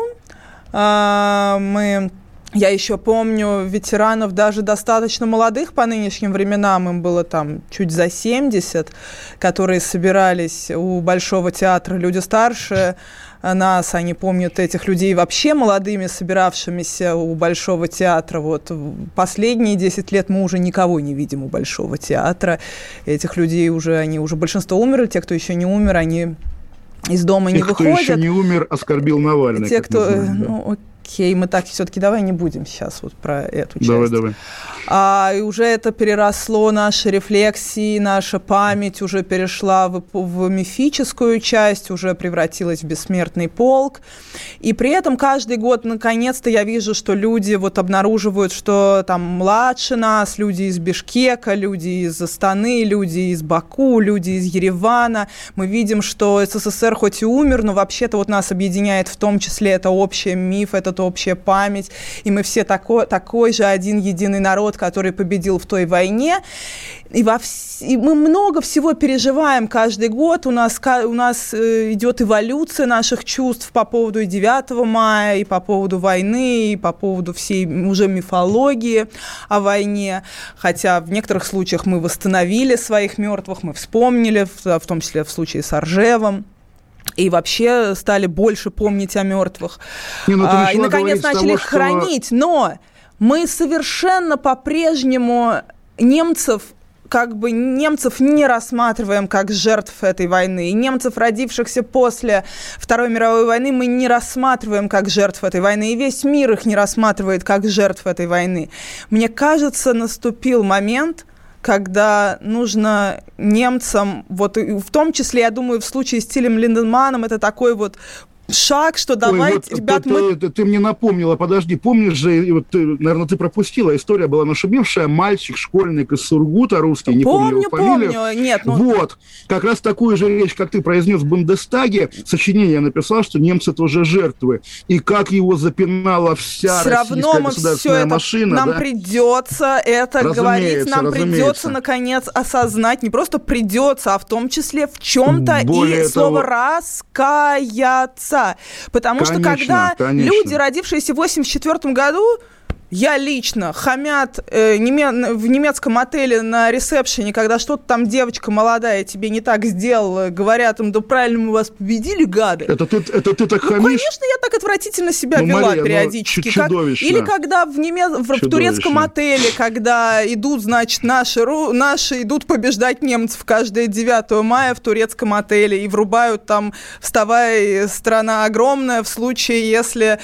я еще помню ветеранов, даже достаточно молодых по нынешним временам, им было там чуть за 70, которые собирались у Большого театра, люди старше нас, они помнят этих людей вообще молодыми, собиравшимися у Большого театра. Вот последние 10 лет мы уже никого не видим у Большого театра. Этих людей они уже большинство умерли, те, кто еще не умер, они из дома не выходят. Кто еще не умер, оскорбил Навальный. Те, кто... Окей, мы так все-таки давай не будем сейчас вот про эту часть. Давай. И уже это переросло, наши рефлексии, наша память уже перешла в мифическую часть, уже превратилась в бессмертный полк. И при этом каждый год, наконец-то, я вижу, что люди вот обнаруживают, что там младше нас, люди из Бишкека, люди из Астаны, люди из Баку, люди из Еревана. Мы видим, что СССР хоть и умер, но вообще-то вот нас объединяет в том числе это общий миф, это общая память, и мы все такой же один единый народ, который победил в той войне. И мы много всего переживаем каждый год. У нас идет эволюция наших чувств по поводу и 9 мая, и по поводу войны, и по поводу всей уже мифологии о войне. Хотя в некоторых случаях мы восстановили своих мертвых, мы вспомнили, в том числе в случае с Ржевом. И вообще стали больше помнить о мертвых. И, наконец, начали их хранить. Но мы совершенно по-прежнему немцев не рассматриваем как жертв этой войны. И немцев, родившихся после Второй мировой войны, мы не рассматриваем как жертв этой войны. И весь мир их не рассматривает как жертв этой войны. Мне кажется, наступил момент, когда нужно немцам, вот в том числе, я думаю, в случае с Тилем Линдеманном, это такой вот шаг, что давайте, вот ребят, ты мне напомнила, подожди, помнишь же, вот наверное, ты пропустила, история была нашумевшая, мальчик, школьник из Сургута, русский, не помню его фамилию. Помню, нет. Вот, как раз такую же речь, как ты произнес в Бундестаге, сочинение написал, что немцы тоже жертвы, и как его запинала вся российская государственная машина. Нам придется это говорить, нам придется, наконец, осознать, не просто придется, а в том числе в чем-то и слово «раскаяться». Потому что когда люди, родившиеся в 1984 году, я лично хамят в немецком отеле на ресепшене, когда что-то там девочка молодая тебе не так сделала, говорят им, да правильно мы вас победили, гады. Это ты так хамишь? Конечно, я так отвратительно себя вела, Мария, периодически. Или когда в турецком отеле, когда идут, значит, наши идут побеждать немцев каждое 9 мая в турецком отеле и врубают там «Вставай, страна огромная», в случае, если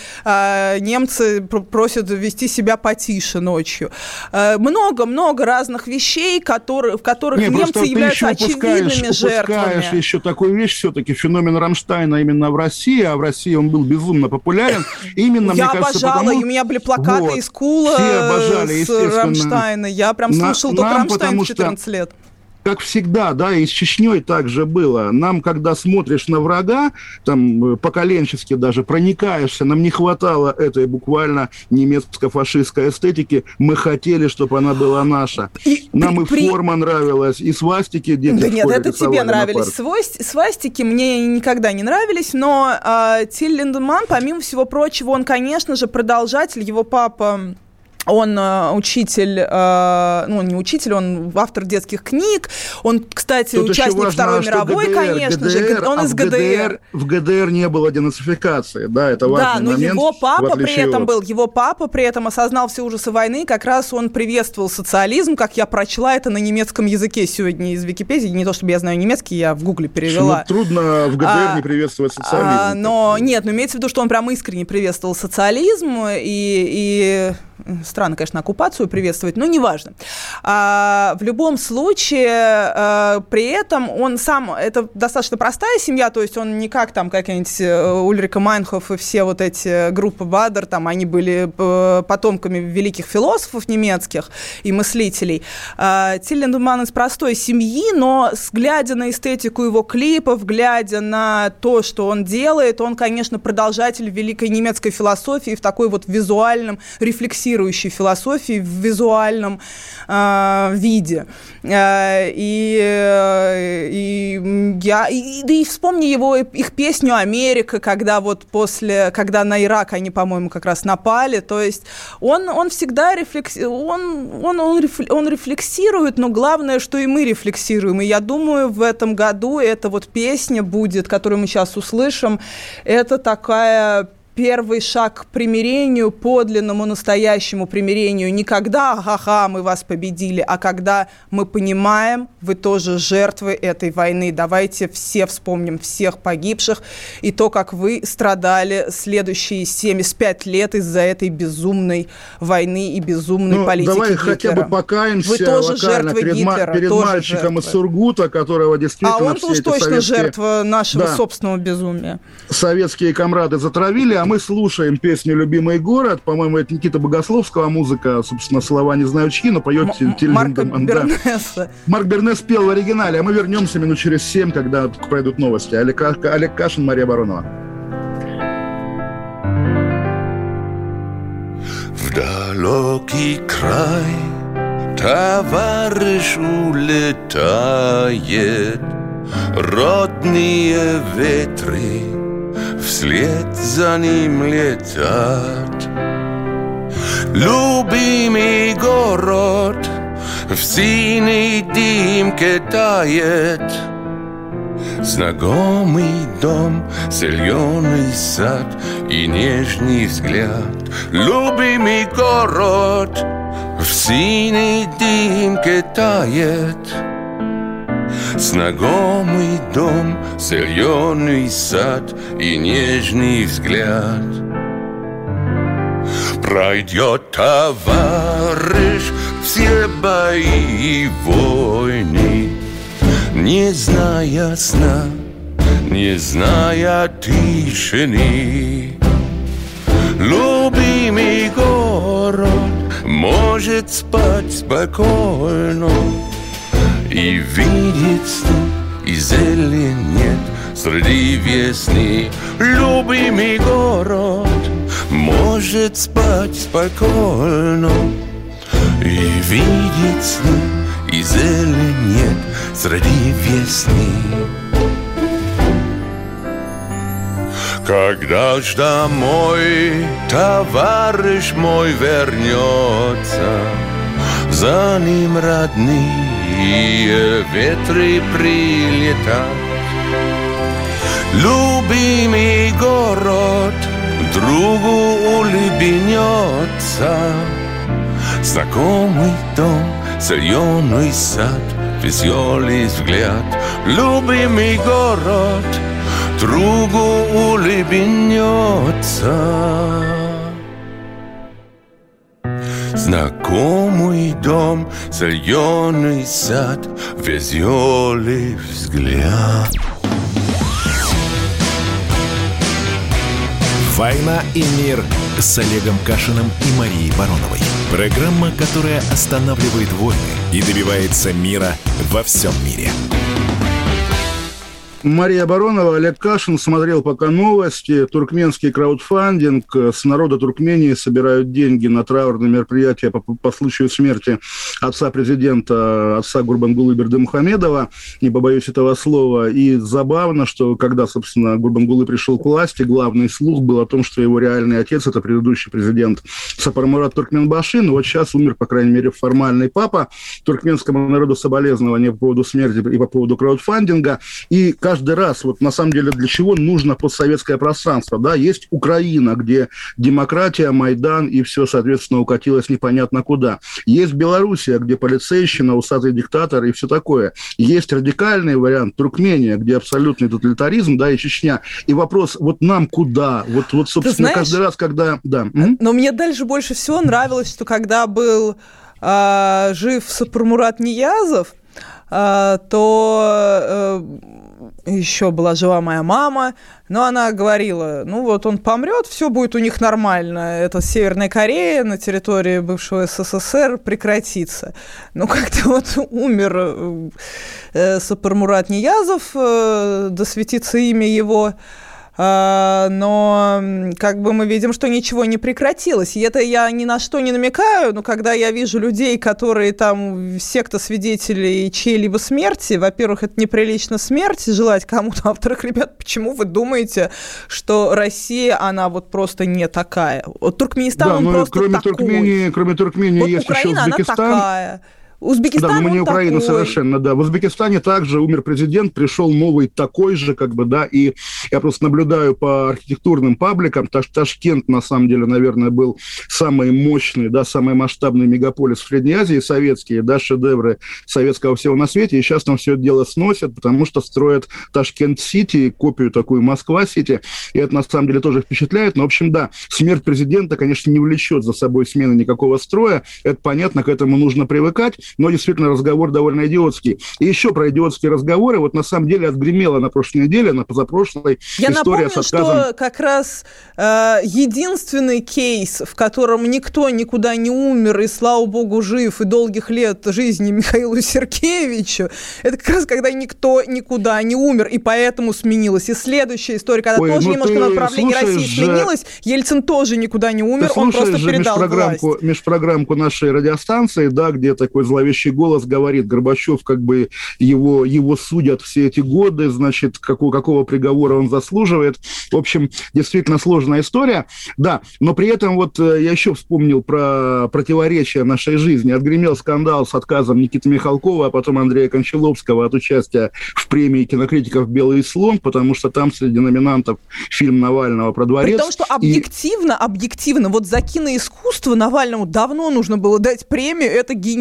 немцы просят вести себя потише ночью. Много-много разных вещей, в которых немцы являются очевидными жертвами. Упускаешь еще такую вещь, все-таки феномен Рамштайна именно в России, а в России он был безумно популярен. Именно, я обожала, и у меня были плакаты из Кула с Рамштайна. Я прям слушала только Рамштайн в 14 лет. Как всегда, да, и с Чечней также было. Нам, когда смотришь на врага, там, поколенчески даже проникаешься, нам не хватало этой буквально немецко-фашистской эстетики. Мы хотели, чтобы она была наша. Нам форма нравилась, и свастики дети в школе рисовали. Да нет, это тебе нравились. Свастики мне никогда не нравились, но Тиль Линдеманн, помимо всего прочего, он, конечно же, продолжатель, его папа... Он учитель, не учитель, он автор детских книг. Он, кстати, тут участник Второй мировой, ГДР, конечно же. Он из ГДР. В ГДР не было денацификации, да, это важный момент. Да, но его папа при этом осознал все ужасы войны. Как раз он приветствовал социализм, как я прочла это на немецком языке сегодня из Википедии. Не то, чтобы я знаю немецкий, я в Гугле перевела. Трудно в ГДР не приветствовать социализм. Но имеется в виду, что он прям искренне приветствовал социализм и странно, конечно, оккупацию приветствовать, но неважно. В любом случае, при этом он сам, это достаточно простая семья, то есть он не как там какая-нибудь Ульрика Майнхоф и все вот эти группы Бадер, там они были потомками великих философов немецких и мыслителей. Тиль Линдеманн из простой семьи, но глядя на эстетику его клипов, глядя на то, что он делает, он, конечно, продолжатель великой немецкой философии в такой вот визуальном, рефлексирующей философии в визуальном виде. И вспомни их песню «Америка», когда когда на Ирак они, по-моему, как раз напали. То есть он всегда рефлексирует, но главное, что и мы рефлексируем. И я думаю, в этом году эта вот песня будет, которую мы сейчас услышим, это такая... Первый шаг к примирению, подлинному, настоящему примирению. Не когда «ха-ха, мы вас победили», а когда мы понимаем, вы тоже жертвы этой войны. Давайте все вспомним всех погибших и то, как вы страдали следующие 75 лет из-за этой безумной войны и безумной политики давай Гитлера. Хотя бы покаемся вы тоже жертвы Гитлера, перед мальчиком из Сургута, которого действительно он все уж эти точно советские... жертва нашего собственного безумия. Советские комрады затравили, а мы слушаем песню «Любимый город». По-моему, это Никита Богословского музыка, собственно, слова не знаю чьи, но поет Тиль Линдеманн. Бернеса. Марк Бернес пел в оригинале, а мы вернемся минут через 7, когда пройдут новости. Олег Кашин, Мария Баронова. В далекий край товарищ улетает, родные ветры вслед за ним летят. Любимый город в синей дымке тает, знакомый дом, зеленый сад и нежный взгляд. Любимый город в синей дымке тает, знакомый дом, зеленый сад и нежный взгляд. Пройдет товарищ все бои и войны, не зная сна, не зная тишины. Любимый город может спать спокойно и видеть сны, и зелень нет среди весны. Любимый город может спать спокойно и видеть сны, и зелень нет среди весны. Когда ж домой товарищ мой вернется, за ним родные ветры прилетят. Любимый город другу улыбнется, знакомый дом, зеленый сад, веселый взгляд. Любимый город другу улыбнется. Знакомый дом, зеленый сад, веселый взгляд. «Война и мир» с Олегом Кашиным и Марией Бароновой. Программа, которая останавливает войны и добивается мира во всем мире. Мария Баронова, Олег Кашин. Смотрел пока новости. Туркменский краудфандинг. С народа Туркмении собирают деньги на траурное мероприятие по случаю смерти отца президента, отца Гурбангулы Бердымухамедова. Не побоюсь этого слова. И забавно, что когда, собственно, Гурбангулы пришел к власти, главный слух был о том, что его реальный отец – это предыдущий президент Сапармурат Туркменбаши. Но вот сейчас умер, по крайней мере, формальный папа. Туркменскому народу соболезнования по поводу смерти и по поводу краудфандинга. И каждый раз, вот на самом деле, для чего нужно постсоветское пространство, да, есть Украина, где демократия, Майдан и все, соответственно, укатилось непонятно куда. Есть Белоруссия, где полицейщина, усатый диктатор и все такое. Есть радикальный вариант Туркмения, где абсолютный тоталитаризм, да, и Чечня. И вопрос, вот нам куда? Вот собственно, знаешь, каждый раз, когда... Да. Но мне дальше больше всего нравилось, что когда был жив Сапармурат Ниязов, то... еще была жива моя мама, но она говорила, ну вот он помрет, все будет у них нормально, это Северная Корея на территории бывшего СССР прекратится. Ну как-то вот умер Сапармурат Ниязов, да светится имя его, но как бы мы видим, что ничего не прекратилось. И это я ни на что не намекаю, но когда я вижу людей, которые там секта свидетелей чьей-либо смерти, во-первых, это неприлично смерти желать кому-то, а во-вторых, ребят, почему вы думаете, что Россия, она вот просто не такая? Вот Туркменистан, да, он просто кроме такой. Кроме Туркмении вот есть Украина, еще Узбекистан. Она такая. Узбекистан, да, но мы не Украина такой. Совершенно, да. В Узбекистане также умер президент, пришел новый такой же, как бы, да, и я просто наблюдаю по архитектурным пабликам, Ташкент, на самом деле, наверное, был самый мощный, да, самый масштабный мегаполис в Средней Азии, советские, да, шедевры советского всего на свете, и сейчас там все это дело сносят, потому что строят Ташкент-Сити, копию такую Москва-Сити, и это, на самом деле, тоже впечатляет, но, в общем, да, смерть президента, конечно, не влечет за собой смены никакого строя, это понятно, к этому нужно привыкать, но действительно разговор довольно идиотский. И еще про идиотские разговоры. Вот на самом деле отгремела на прошлой неделе, на позапрошлой я история напомню, с отказом. что как раз единственный кейс, в котором никто никуда не умер и, слава богу, жив, и долгих лет жизни Михаилу Сергеевичу, это как раз когда никто никуда не умер, и поэтому сменилась. И следующая история, когда тоже немножко направление России сменилось, Ельцин тоже никуда не умер, он просто передал власть. Межпрограммку нашей радиостанции, да, где такой зловещий голос говорит, Горбачев, как бы его судят все эти годы, значит, какого приговора он заслуживает. В общем, действительно сложная история. Да, но при этом вот я еще вспомнил про противоречия нашей жизни. Отгремел скандал с отказом Никиты Михалкова, а потом Андрея Кончаловского от участия в премии кинокритиков «Белый слон», потому что там среди номинантов фильм Навального про дворец. При том, что объективно, вот за киноискусство Навальному давно нужно было дать премию, это гениально. У него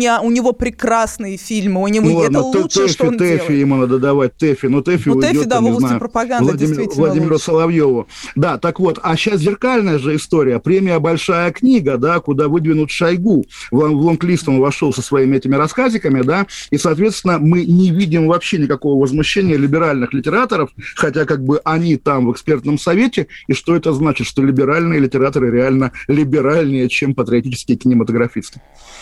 него прекрасные фильмы, у него это лучшее, что он делает. ТЭФИ ему надо давать, ТЭФИ. Но ТЭФИ уйдет, да, в области пропаганды действительно Владимиру лучше. Соловьеву. Да, так вот, а сейчас зеркальная же история. Премия «Большая книга», да, куда выдвинут Шойгу. В лонг-лист он вошел со своими этими рассказиками, да, и, соответственно, мы не видим вообще никакого возмущения либеральных литераторов, хотя как бы они там в экспертном совете, и что это значит? Что либеральные литераторы реально либеральнее, чем патриотические кинематографисты.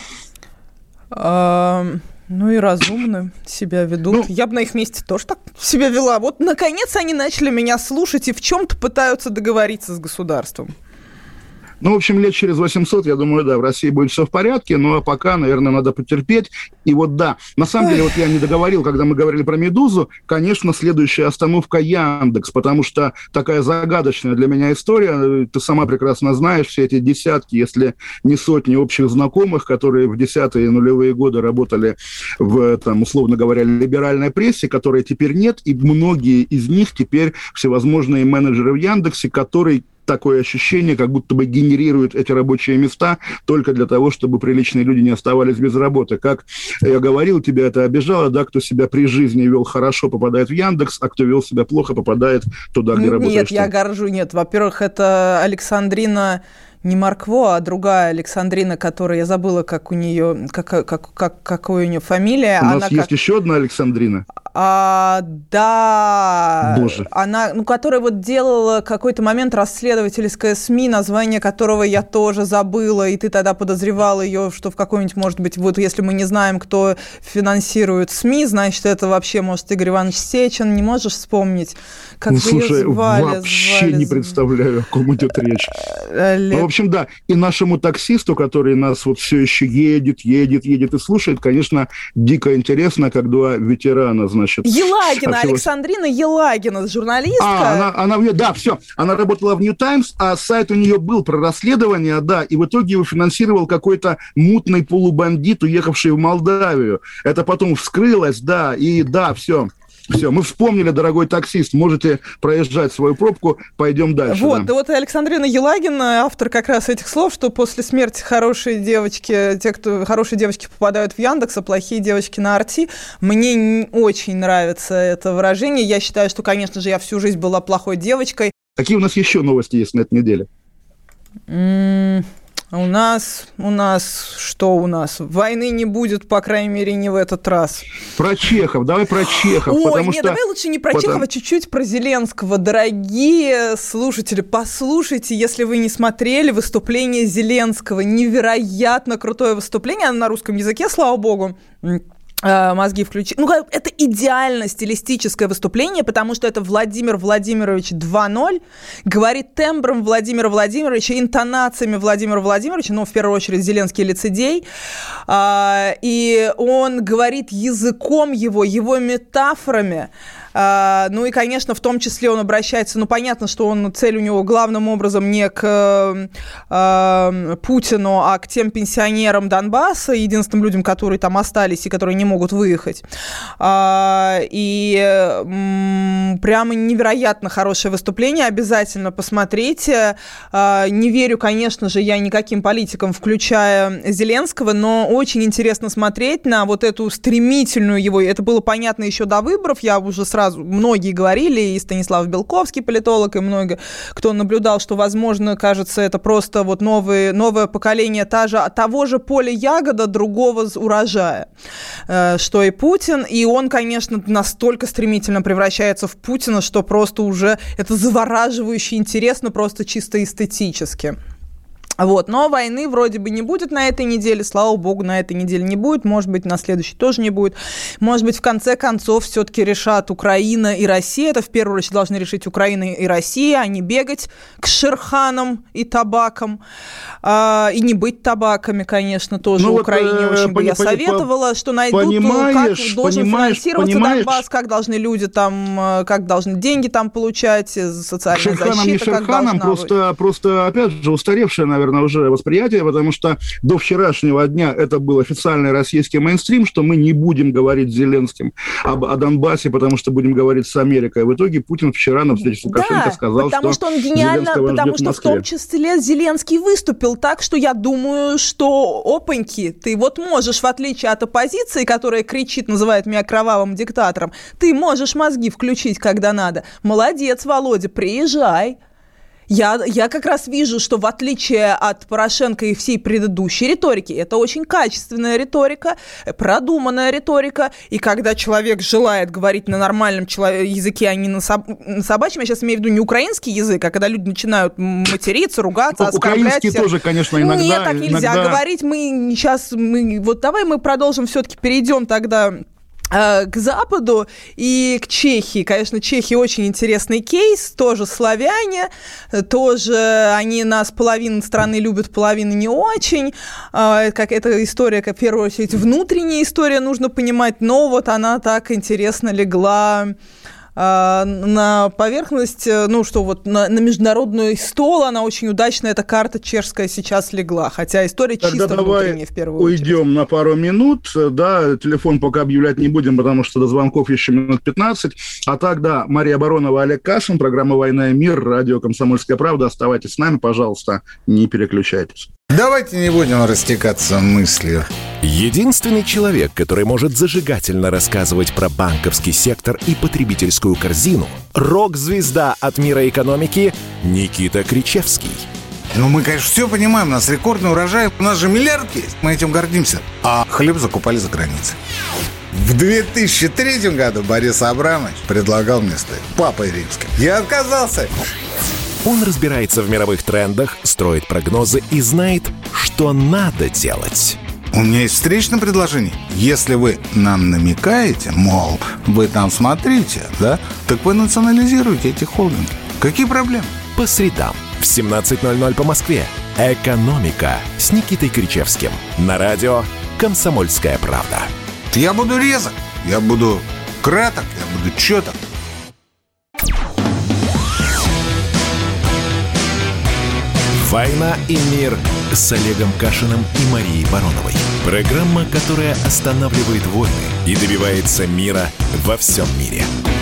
Ну и разумно себя ведут. Я бы на их месте тоже так себя вела. Вот, наконец, они начали меня слушать и в чем-то пытаются договориться с государством. Ну, в общем, лет через 800, я думаю, да, в России будет все в порядке, но пока, наверное, надо потерпеть. И вот да, на самом деле, вот я не договорил, когда мы говорили про «Медузу», конечно, следующая остановка Яндекс, потому что такая загадочная для меня история. Ты сама прекрасно знаешь все эти десятки, если не сотни общих знакомых, которые в десятые нулевые годы работали в, там, условно говоря, либеральной прессе, которой теперь нет, и многие из них теперь всевозможные менеджеры в Яндексе, которые такое ощущение, как будто бы генерируют эти рабочие места только для того, чтобы приличные люди не оставались без работы. Как я говорил, тебя это обижало, да, кто себя при жизни вел хорошо, попадает в Яндекс, а кто вел себя плохо, попадает туда, где работаешь. Нет, я горжу, нет. Во-первых, это Александрина не Маркво, а другая Александрина, которая, я забыла, как у нее, какая у нее фамилия. У нас есть еще одна Александрина. Да. Боже. Она, которая вот делала какой-то момент расследовательское СМИ, название которого я тоже забыла, и ты тогда подозревала ее, что в какой-нибудь, может быть, вот если мы не знаем, кто финансирует СМИ, значит, это вообще, может, Игорь Иванович Сечин, не можешь вспомнить, как бы слушай, ее звали? вообще не представляю, о ком идет речь. Ну, в общем, да, и нашему таксисту, который нас вот все еще едет и слушает, конечно, дико интересно, как два ветерана, значит. Елагина, Александрина Елагина, журналистка. Да, все. Она работала в New Times, а сайт у нее был про расследование, да, и в итоге его финансировал какой-то мутный полубандит, уехавший в Молдавию. Это потом вскрылось, да, и да, все. Все, мы вспомнили, дорогой таксист, можете проезжать свою пробку, пойдем дальше. Вот, да. И вот Александрина Елагина, автор как раз этих слов, что после смерти хорошие девочки попадают в Яндекс, а плохие девочки на Арти. Мне очень нравится это выражение. Я считаю, что, конечно же, я всю жизнь была плохой девочкой. Какие у нас еще новости есть на этой неделе? У нас войны не будет, по крайней мере, не в этот раз. Про Чехов, давай про Чехов. Давай лучше не про Чехова, чуть-чуть про Зеленского. Дорогие слушатели, послушайте, если вы не смотрели выступление Зеленского. Невероятно крутое выступление, оно на русском языке, слава богу. Мозги включи. Это идеально стилистическое выступление, потому что это Владимир Владимирович 2.0, говорит тембром Владимира Владимировича, интонациями Владимира Владимировича, в первую очередь Зеленский лицедей, и он говорит языком его метафорами. И, конечно, в том числе он обращается, понятно, что цель у него главным образом не к Путину, а к тем пенсионерам Донбасса, единственным людям, которые там остались и которые не могут выехать. И прямо невероятно хорошее выступление, обязательно посмотрите. Не верю, конечно же, я никаким политикам, включая Зеленского, но очень интересно смотреть на вот эту стремительную его, это было понятно еще до выборов, я уже сразу многие говорили, и Станислав Белковский, политолог, и много кто наблюдал, что, возможно, кажется, это просто вот новое поколение того же поля ягода, другого урожая, что и Путин. И он, конечно, настолько стремительно превращается в Путина, что просто уже это завораживающе интересно, просто чисто эстетически. Но войны вроде бы не будет на этой неделе, слава богу, на этой неделе не будет, может быть, на следующей тоже не будет. Может быть, в конце концов все-таки решат Украина и Россия, это в первую очередь должны решить Украина и Россия, а не бегать к шерханам и табакам, и не быть табаками, конечно, тоже Украине очень бы я советовала, что найдут, как должен финансироваться Донбасс, как должны люди там, как должны деньги там получать, социальная защита, как должна быть. Просто, опять же, устаревшая, наверное, наверное, уже восприятие, потому что до вчерашнего дня это был официальный российский мейнстрим, что мы не будем говорить с Зеленским о Донбассе, потому что будем говорить с Америкой. В итоге Путин вчера на встрече с Лукашенко сказал, потому что он гениально, потому что в том числе Зеленский выступил так, что я думаю, что опаньки, ты вот можешь, в отличие от оппозиции, которая кричит, называет меня кровавым диктатором, ты можешь мозги включить, когда надо. Молодец, Володя, приезжай. Я как раз вижу, что в отличие от Порошенко и всей предыдущей риторики, это очень качественная риторика, продуманная риторика, и когда человек желает говорить на нормальном языке, а не на собачьем, я сейчас имею в виду не украинский язык, а когда люди начинают материться, ругаться, оскорблять. Украинский тоже, конечно, иногда. Нет, так нельзя говорить. Давай мы продолжим, все-таки перейдем тогда к Западу и к Чехии. Конечно, Чехия очень интересный кейс, тоже славяне, тоже они нас половину страны любят, половину не очень. Как эта история, как в первую очередь, внутренняя история, нужно понимать, но вот она так интересно легла на поверхность, ну, что вот на международный стол она очень удачно, эта карта чешская сейчас легла, хотя история чисто внутренняя в первую очередь. Уйдем на пару минут, да, телефон пока объявлять не будем, потому что до звонков еще минут 15, а так, да, Мария Баронова, Олег Кашин, программа «Война и мир», радио «Комсомольская правда», оставайтесь с нами, пожалуйста, не переключайтесь. Давайте не будем растекаться мыслью. Единственный человек, который может зажигательно рассказывать про банковский сектор и потребительскую корзину, рок-звезда от мира экономики Никита Кричевский. Ну, мы, конечно, все понимаем, у нас рекордный урожай, у нас же миллиард есть, мы этим гордимся. А хлеб закупали за границей. В 2003 году Борис Абрамович предлагал мне стать папой римским. Я отказался. Он разбирается в мировых трендах, строит прогнозы и знает, что надо делать. У меня есть встречное предложение. Если вы нам намекаете, мол, вы там смотрите, да, так вы национализируете эти холдинги. Какие проблемы? По средам в 17:00 по Москве. «Экономика» с Никитой Кричевским. На радио «Комсомольская правда». Я буду резок, я буду краток, я буду чёток. «Война и мир» с Олегом Кашиным и Марией Бароновой. Программа, которая останавливает войны и добивается мира во всем мире.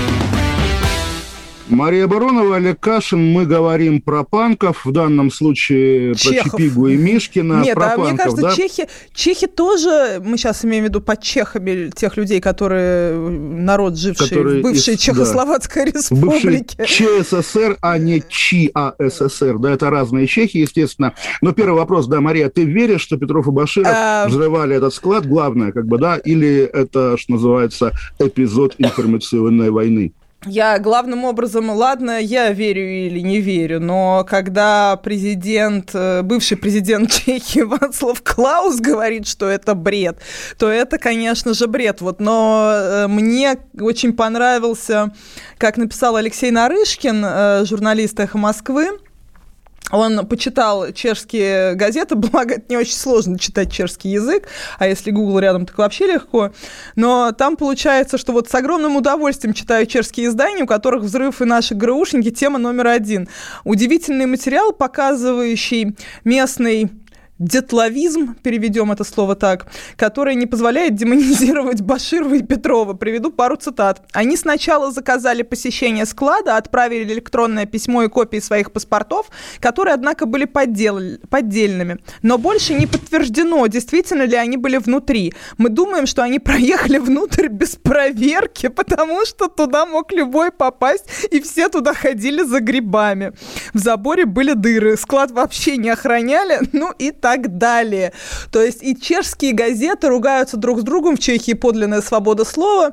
Мария Баронова, Олег Кашин. Мы говорим про панков, в данном случае Чехов. Про Чапигу и Мишкина. Нет, про мне панков, кажется, да? чехи тоже, мы сейчас имеем в виду под чехами тех людей, которые народ, живший в бывшей Чехословацкой республике. Бывший ЧССР, а не ЧИ, а СССР. Да, это разные чехи, естественно. Но первый вопрос, да, Мария, ты веришь, что Петров и Баширов взрывали этот склад, главное, как бы, да, или это, что называется, эпизод информационной войны? Я главным образом, ладно, я верю или не верю, но когда бывший президент Чехии Вацлав Клаус говорит, что это бред, то это, конечно же, бред. Вот, но мне очень понравился, как написал Алексей Нарышкин, журналист «Эхо Москвы». Он почитал чешские газеты, благо это не очень сложно читать чешский язык, а если Google рядом, так вообще легко. Но там получается, что вот с огромным удовольствием читаю чешские издания, у которых «Взрыв» и «Наши ГРУшники» тема номер 1. Удивительный материал, показывающий местный детловизм, переведем это слово так, который не позволяет демонизировать Баширова и Петрова. Приведу пару цитат. Они сначала заказали посещение склада, отправили электронное письмо и копии своих паспортов, которые, однако, были поддельными. Но больше не подтверждено, действительно ли они были внутри. Мы думаем, что они проехали внутрь без проверки, потому что туда мог любой попасть, и все туда ходили за грибами. В заборе были дыры, склад вообще не охраняли, ну и так далее. То есть и чешские газеты ругаются друг с другом. В Чехии подлинная свобода слова,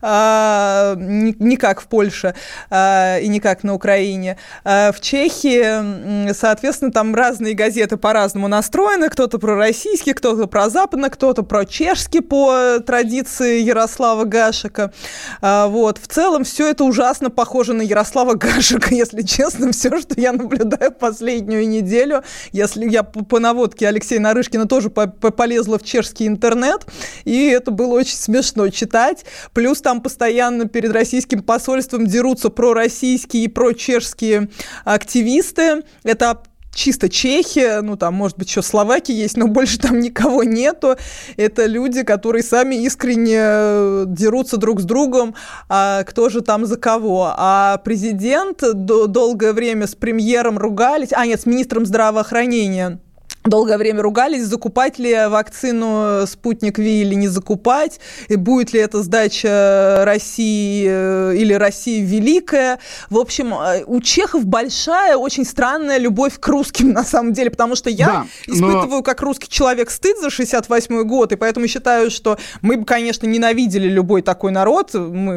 не как в Польше и не как на Украине. В Чехии, соответственно, там разные газеты по-разному настроены. Кто-то пророссийский, кто-то прозападный, кто-то прочешский по традиции Ярослава Гашека. Вот. В целом все это ужасно похоже на Ярослава Гашека, если честно. Все, что я наблюдаю последнюю неделю, если я по наводке Алексея Нарышкина тоже полезла в чешский интернет, и это было очень смешно читать. Плюс там постоянно перед российским посольством дерутся пророссийские и прочешские активисты. Это чисто чехи, ну, там, может быть, еще словаки есть, но больше там никого нету. Это люди, которые сами искренне дерутся друг с другом, а кто же там за кого. А президент долгое время с премьером ругались, с министром здравоохранения. Долгое время ругались, закупать ли вакцину «Спутник Ви» или не закупать, и будет ли это сдача России или Россия великая. В общем, у чехов большая, очень странная любовь к русским, на самом деле, потому что я испытываю, как русский человек, стыд за 68-й год, и поэтому считаю, что мы бы, конечно, ненавидели любой такой народ.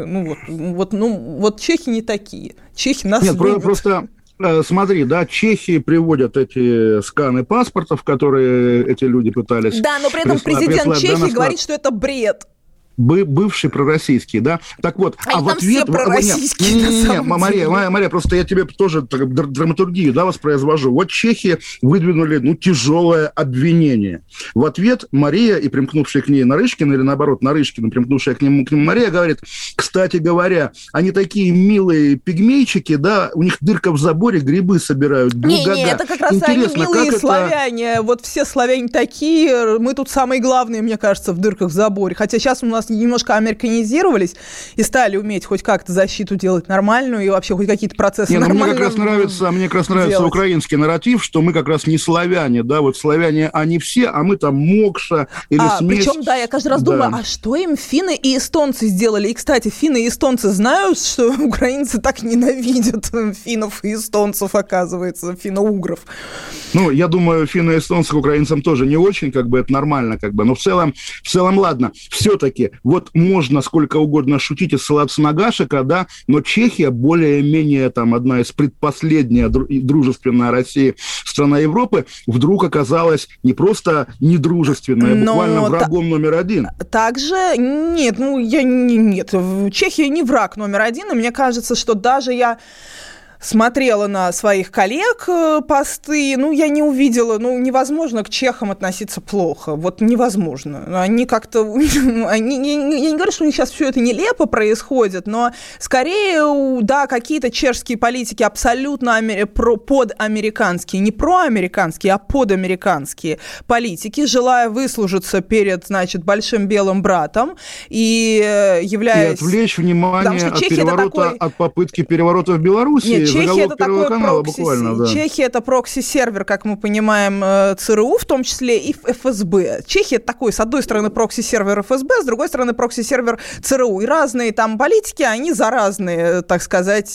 Вот чехи не такие. Чехи нас любят. Просто... Смотри, да, Чехии приводят эти сканы паспортов, которые эти люди пытались... Да, но при этом президент Чехии говорит, что это бред. Бывший пророссийский, да? Так вот, в ответ... все пророссийские, Мария, просто я тебе тоже драматургию, да, воспроизвожу. Вот чехи выдвинули, тяжелое обвинение. В ответ Мария и примкнувшая к ней Нарышкина, или наоборот, Нарышкина, примкнувшая к нему Мария, говорит, кстати говоря, они такие милые пигмейчики, да, у них дырка в заборе, грибы собирают. Не, это как раз интересно, они милые славяне. Вот все славяне такие, мы тут самые главные, мне кажется, в дырках в заборе. Хотя сейчас у нас немножко американизировались и стали уметь хоть как-то защиту делать нормальную и вообще хоть какие-то процессы нормальные. Мне как раз нравится украинский нарратив, что мы как раз не славяне, да, вот славяне они все, а мы там Мокша или смесь. Причем, да, я каждый раз думаю, а что им финны и эстонцы сделали? И, кстати, финны и эстонцы знают, что украинцы так ненавидят финнов и эстонцев, оказывается, финно-угров. Я думаю, финны и эстонцы к украинцам тоже не очень, это нормально, но в целом, ладно, все-таки вот можно сколько угодно шутить и ссылаться на Гашека, да, но Чехия более-менее одна из предпоследняя дружественная России страна Европы вдруг оказалась не просто недружественная, буквально врагом номер один. Также нет, Чехия не враг номер один, и мне кажется, что даже я смотрела на своих коллег посты, я не увидела, невозможно к чехам относиться плохо, вот невозможно. Они как-то, я не говорю, что у них сейчас все это нелепо происходит, но скорее, да, какие-то чешские политики абсолютно подамериканские, не проамериканские, а подамериканские политики, желая выслужиться перед, большим белым братом и являясь... И отвлечь внимание от попытки переворота в Беларуси. Чехия это такой прокси. Чехия это прокси-сервер, как мы понимаем, ЦРУ, в том числе и ФСБ. Чехия это такой, с одной стороны, прокси-сервер ФСБ, с другой стороны, прокси-сервер ЦРУ. И разные там политики, они за разные, так сказать,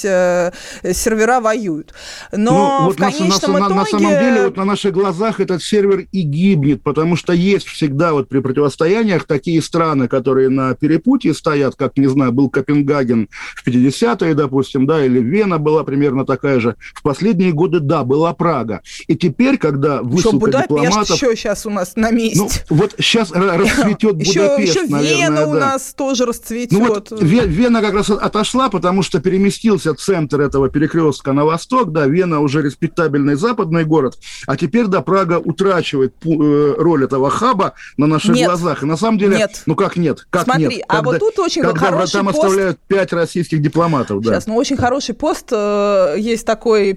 сервера воюют. Но в конечном итоге... На самом деле, на наших глазах этот сервер и гибнет, потому что есть всегда при противостояниях такие страны, которые на перепутье стоят, как, не знаю, был Копенгаген в 50-е, допустим, да, или Вена была примерно такая же. В последние годы, да, была Прага. И теперь, когда высылка дипломатов... еще сейчас у нас на месте. Сейчас расцветет Будапешт, еще наверное. Вена у нас тоже расцветет. Вена как раз отошла, потому что переместился центр этого перекрестка на восток. Да, Вена уже респектабельный западный город. А теперь, да, Прага утрачивает роль этого хаба на наших глазах. И на самом деле... Нет. Как нет? Смотри, а вот тут очень хороший пост... там оставляют 5 российских дипломатов. Да. Сейчас, очень хороший пост... Есть такой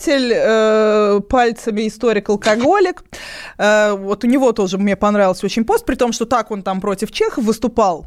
писатель, пальцами историк-алкоголик. Вот у него тоже мне понравился очень пост, при том, что так он там против чехов выступал.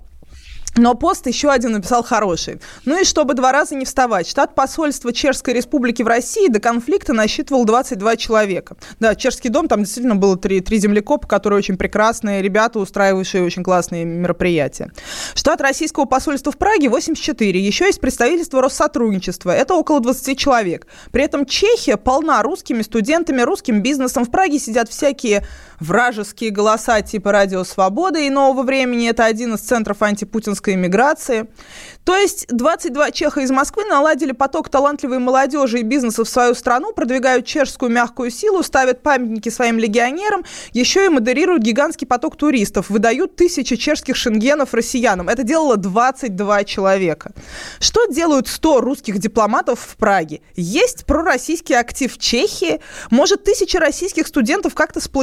Но пост еще один написал хороший. И чтобы 2 раза не вставать. Штат посольства Чешской Республики в России до конфликта насчитывал 22 человека. Да, Чешский дом, там действительно было 3 землекопа, которые очень прекрасные ребята, устраивающие очень классные мероприятия. Штат российского посольства в Праге 84. Еще есть представительство Россотрудничества. Это около 20 человек. При этом Чехия полна русскими студентами, русским бизнесом. В Праге сидят всякие вражеские голоса типа «Радио Свобода» и «Нового времени». Это один из центров антипутинской иммиграции. То есть 22 чеха из Москвы наладили поток талантливой молодежи и бизнеса в свою страну, продвигают чешскую мягкую силу, ставят памятники своим легионерам, еще и модерируют гигантский поток туристов, выдают тысячи чешских шенгенов россиянам. Это делало 22 человека. Что делают 100 русских дипломатов в Праге? Есть пророссийский актив в Чехии? Может, 1000 российских студентов как-то сплочены?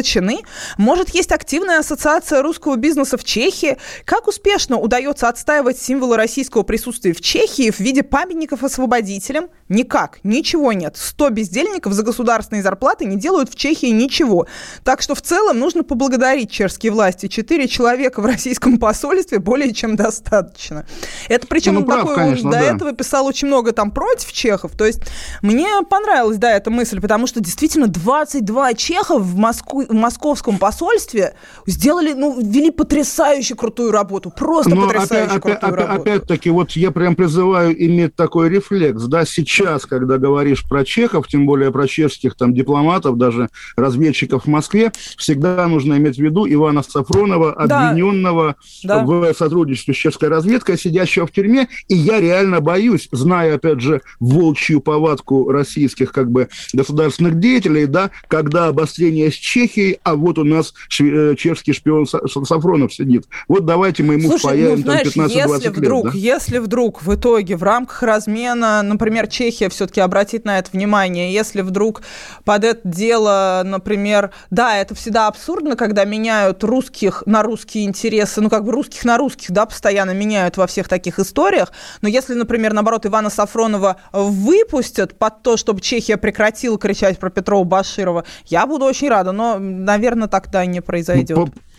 Может, есть активная ассоциация русского бизнеса в Чехии? Как успешно удается отстаивать символы российского присутствия в Чехии в виде памятников освободителям? Никак, ничего нет. 100 бездельников за государственные зарплаты не делают в Чехии ничего. Так что в целом нужно поблагодарить чешские власти. 4 человека в российском посольстве более чем достаточно. Это причем он прав, такой, конечно, он до этого писал очень много там против чехов. То есть мне понравилась, да, эта мысль, потому что действительно 22 чеха в московском посольстве сделали, вели потрясающе крутую работу. Просто потрясающе крутую работу. Опять-таки, вот я прям призываю иметь такой рефлекс, да, сейчас, когда говоришь про чехов, тем более про чешских там дипломатов, даже разведчиков в Москве, всегда нужно иметь в виду Ивана Сафронова, обвиненного в сотрудничестве с чешской разведкой, сидящего в тюрьме, и я реально боюсь, зная, опять же, волчью повадку российских как бы государственных деятелей, да, когда обострение с Чехией, а вот у нас чешский шпион Сафронов сидит. Вот давайте мы ему впаяем там 15-20 лет. Да? Если вдруг в итоге в рамках размена, например, Чехия все-таки обратит на это внимание, если вдруг под это дело, например, да, это всегда абсурдно, когда меняют русских на русские интересы, русских на русских, да, постоянно меняют во всех таких историях, но если, например, наоборот, Ивана Сафронова выпустят под то, чтобы Чехия прекратила кричать про Петрова Баширова, я буду очень рада, но, наверное, тогда не произойдет.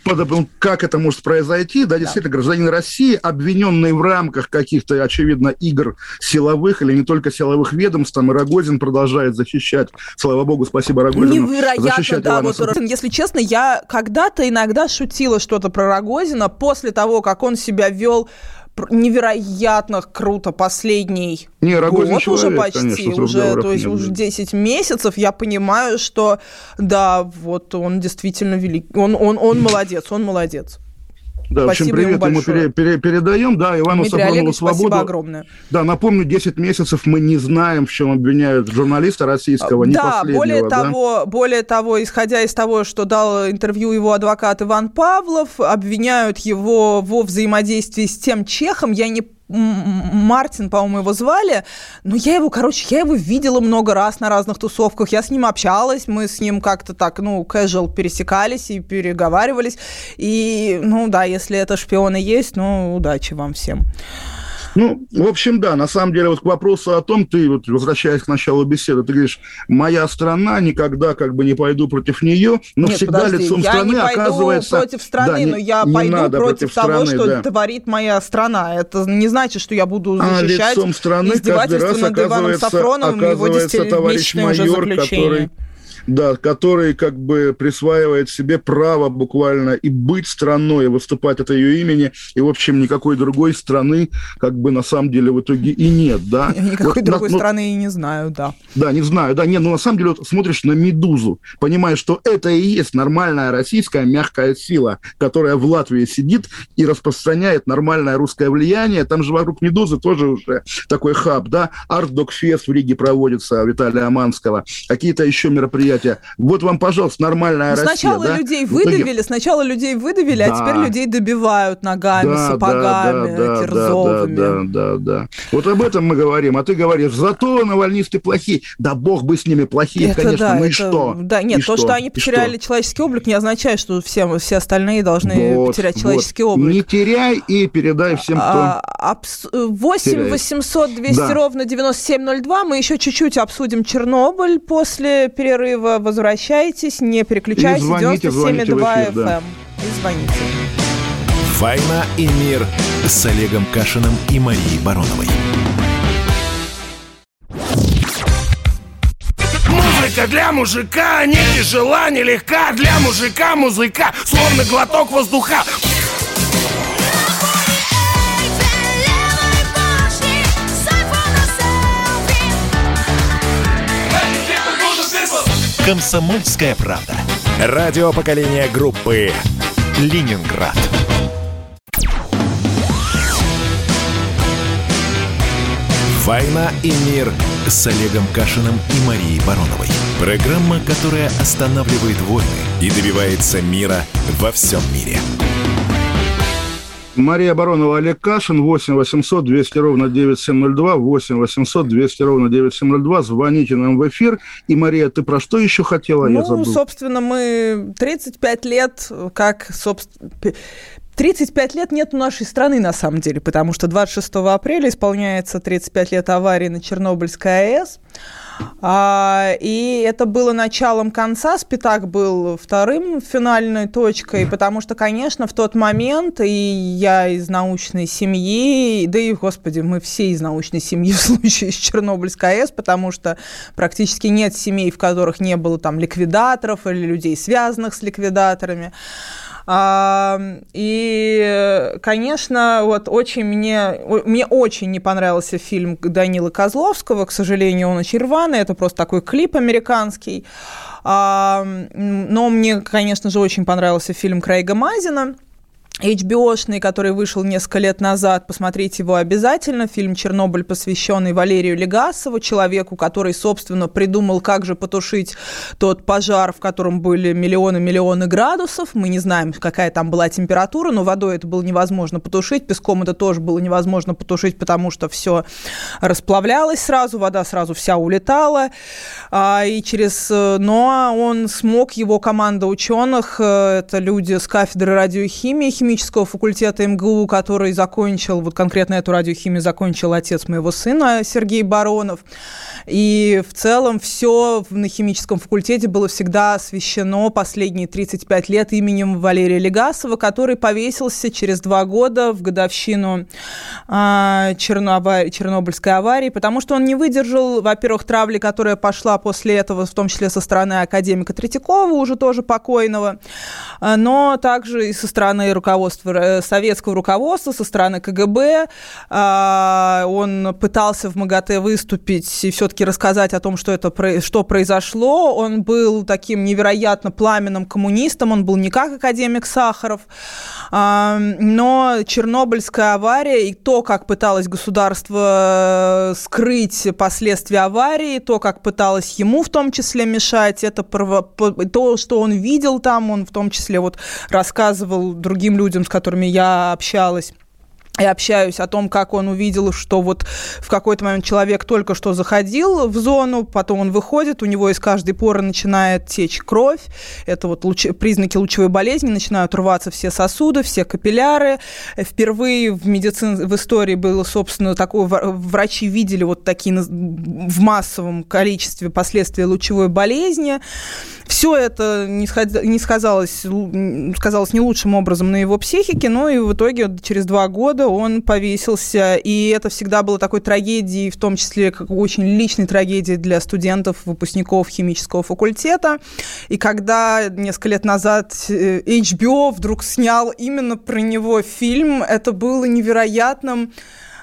Как это может произойти? Да, действительно, гражданин России, обвиненный в рамках каких-то, очевидно, игр силовых или не только силовых ведомств, там и Рогозин продолжает защищать, слава богу, спасибо Рогозину. Невероятно, да, если честно, я когда-то иногда шутила что-то про Рогозина после того, как он себя вел невероятно круто последний год уже почти, конечно, то есть уже 10 месяцев, я понимаю, что да, вот он действительно велик, он молодец. Да, в общем, привет ему передаем. Да, Ивану Сафронову свободу. Спасибо огромное. Да, напомню, 10 месяцев мы не знаем, в чем обвиняют журналиста российского, не последнего. Да, более того, исходя из того, что дал интервью его адвокат Иван Павлов, обвиняют его во взаимодействии с тем чехом, Мартин, по-моему, его звали, но я его видела много раз на разных тусовках, я с ним общалась, мы с ним как-то так, casual пересекались и переговаривались, и, если это шпионы есть, удачи вам всем. В общем, да, на самом деле, вот к вопросу о том, ты, вот, возвращаясь к началу беседы, ты говоришь, моя страна, никогда как бы не пойду против нее, но нет, всегда лицом страны оказывается... Я не пойду против страны, но я пойду против того, что творит моя страна. Это не значит, что я буду защищать издевательство над Иваном Сафроновым и его 10-месячное уже заключение. Который как бы присваивает себе право буквально и быть страной, и выступать от ее имени, и, в общем, никакой другой страны как бы на самом деле в итоге и нет, да. Никакой другой страны и не знаю, да. Да, не знаю, да, на самом деле вот смотришь на «Медузу», понимаешь, что это и есть нормальная российская мягкая сила, которая в Латвии сидит и распространяет нормальное русское влияние, там же вокруг «Медузы» тоже уже такой хаб, да, Арт-Док-фест в Риге проводится, Виталия Аманского, какие-то еще мероприятия. Вот вам, пожалуйста, нормальная Россия. Сначала людей выдавили, а теперь людей добивают ногами, сапогами, кирзовыми. Да. Вот об этом мы говорим, а ты говоришь, зато навальнисты плохие. Да бог бы с ними, плохие, это, конечно, и что? Да, нет, то, что они потеряли человеческий облик, не означает, что все остальные должны потерять человеческий облик. Не теряй и передай всем, кто 8 800 200 ровно 9702. Мы еще чуть-чуть обсудим Чернобыль после перерыва. Возвращайтесь, не переключайтесь. 97,2 FM. И звоните. «Война и мир» с Олегом Кашиным и Марией Бароновой. Музыка для мужика не тяжела, не легка. Для мужика музыка, словно глоток воздуха. «Комсомольская правда». Радио поколения группы «Ленинград». «Война и мир» с Олегом Кашиным и Марией Бароновой. Программа, которая останавливает войны и добивается мира во всем мире. Мария Баронова, Олег Кашин, 8 800 200 ровно 9702, 8 800 200 ровно 9702. Звоните нам в эфир. И, Мария, ты про что еще хотела? Я забыл. Собственно, мы 35 лет, 35 лет нет у нашей страны, на самом деле, потому что 26 апреля исполняется 35 лет аварии на Чернобыльской АЭС. И это было началом конца, Спитак был вторым финальной точкой, потому что, конечно, в тот момент и я из научной семьи, да и, господи, мы все из научной семьи в случае с Чернобыльской АЭС, потому что практически нет семей, в которых не было там ликвидаторов или людей, связанных с ликвидаторами. И, конечно, вот мне очень не понравился фильм Данилы Козловского, к сожалению, он очень рваный, это просто такой клип американский, но мне, конечно же, очень понравился фильм Крейга Мазина, HBO-шный, который вышел несколько лет назад, посмотрите его обязательно, фильм «Чернобыль», посвященный Валерию Легасову, человеку, который, собственно, придумал, как же потушить тот пожар, в котором были миллионы градусов, мы не знаем, какая там была температура, но водой это было невозможно потушить, песком это тоже было невозможно потушить, потому что все расплавлялось сразу, вода сразу вся улетала, но он смог, его команда ученых, это люди с кафедры радиохимии, химического факультета МГУ, который закончил, вот конкретно эту радиохимию закончил отец моего сына Сергей Баронов. И в целом все на химическом факультете было всегда освещено последние 35 лет именем Валерия Легасова, который повесился через 2 года в годовщину Чернобыльской аварии, потому что он не выдержал, во-первых, травли, которая пошла после этого, в том числе со стороны академика Третьякова, уже тоже покойного, но также и со стороны советского руководства, со стороны КГБ. Он пытался в МАГАТЭ выступить и все-таки рассказать о том, что произошло. Он был таким невероятно пламенным коммунистом, он был не как академик Сахаров, но Чернобыльская авария и то, как пыталось государство скрыть последствия аварии, то, как пыталось ему в том числе мешать, это то, что он видел там, он в том числе вот рассказывал другим людям, с которыми я общалась и общаюсь, о том, как он увидел, что вот в какой-то момент человек только что заходил в зону, потом он выходит, у него из каждой поры начинает течь кровь, это вот признаки лучевой болезни, начинают рваться все сосуды, все капилляры. Впервые в истории было, собственно, такое, врачи видели вот такие в массовом количестве последствия лучевой болезни. Все это не сказалось не лучшим образом на его психике, но и в итоге через 2 года он повесился, и это всегда было такой трагедией, в том числе как очень личной трагедией для студентов, выпускников химического факультета. И когда несколько лет назад HBO вдруг снял именно про него фильм, это было невероятным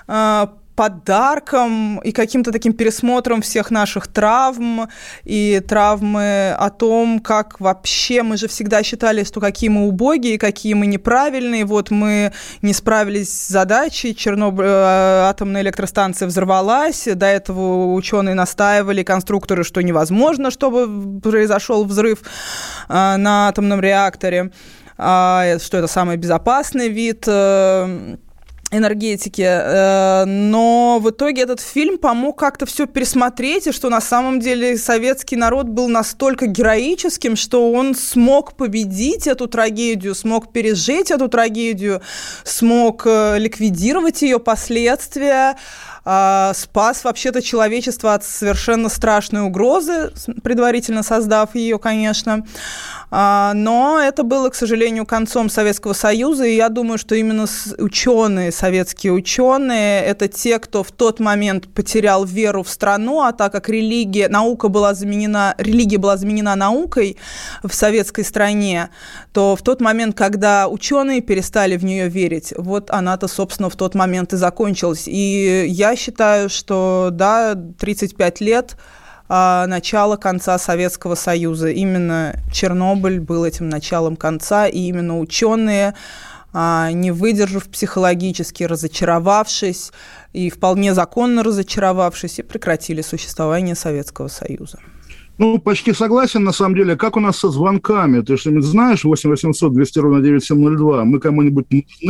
подарком и каким-то таким пересмотром всех наших травм и травмы о том, как вообще мы же всегда считали, что какие мы убогие, какие мы неправильные. Вот мы не справились с задачей, атомная электростанция взорвалась, до этого ученые настаивали, конструкторы, что невозможно, чтобы произошел взрыв на атомном реакторе, что это самый безопасный вид энергетики, но в итоге этот фильм помог как-то все пересмотреть, и что на самом деле советский народ был настолько героическим, что он смог победить эту трагедию, смог пережить эту трагедию, смог ликвидировать ее последствия, спас вообще-то человечество от совершенно страшной угрозы, предварительно создав ее, конечно. Но это было, к сожалению, концом Советского Союза, и я думаю, что именно ученые, советские ученые, это те, кто в тот момент потерял веру в страну, а так как религия была заменена наукой в советской стране, то в тот момент, когда ученые перестали в нее верить, вот она-то, собственно, в тот момент и закончилась. И я считаю, что, да, 35 лет начало конца Советского Союза. Именно Чернобыль был этим началом конца, и именно ученые, не выдержав психологически, разочаровавшись, и вполне законно разочаровавшись, и прекратили существование Советского Союза. Ну, почти согласен, на самом деле. Как у нас со звонками? Ты что-нибудь знаешь? 8 800 200 ровно 9702. Мы кому-нибудь нужны?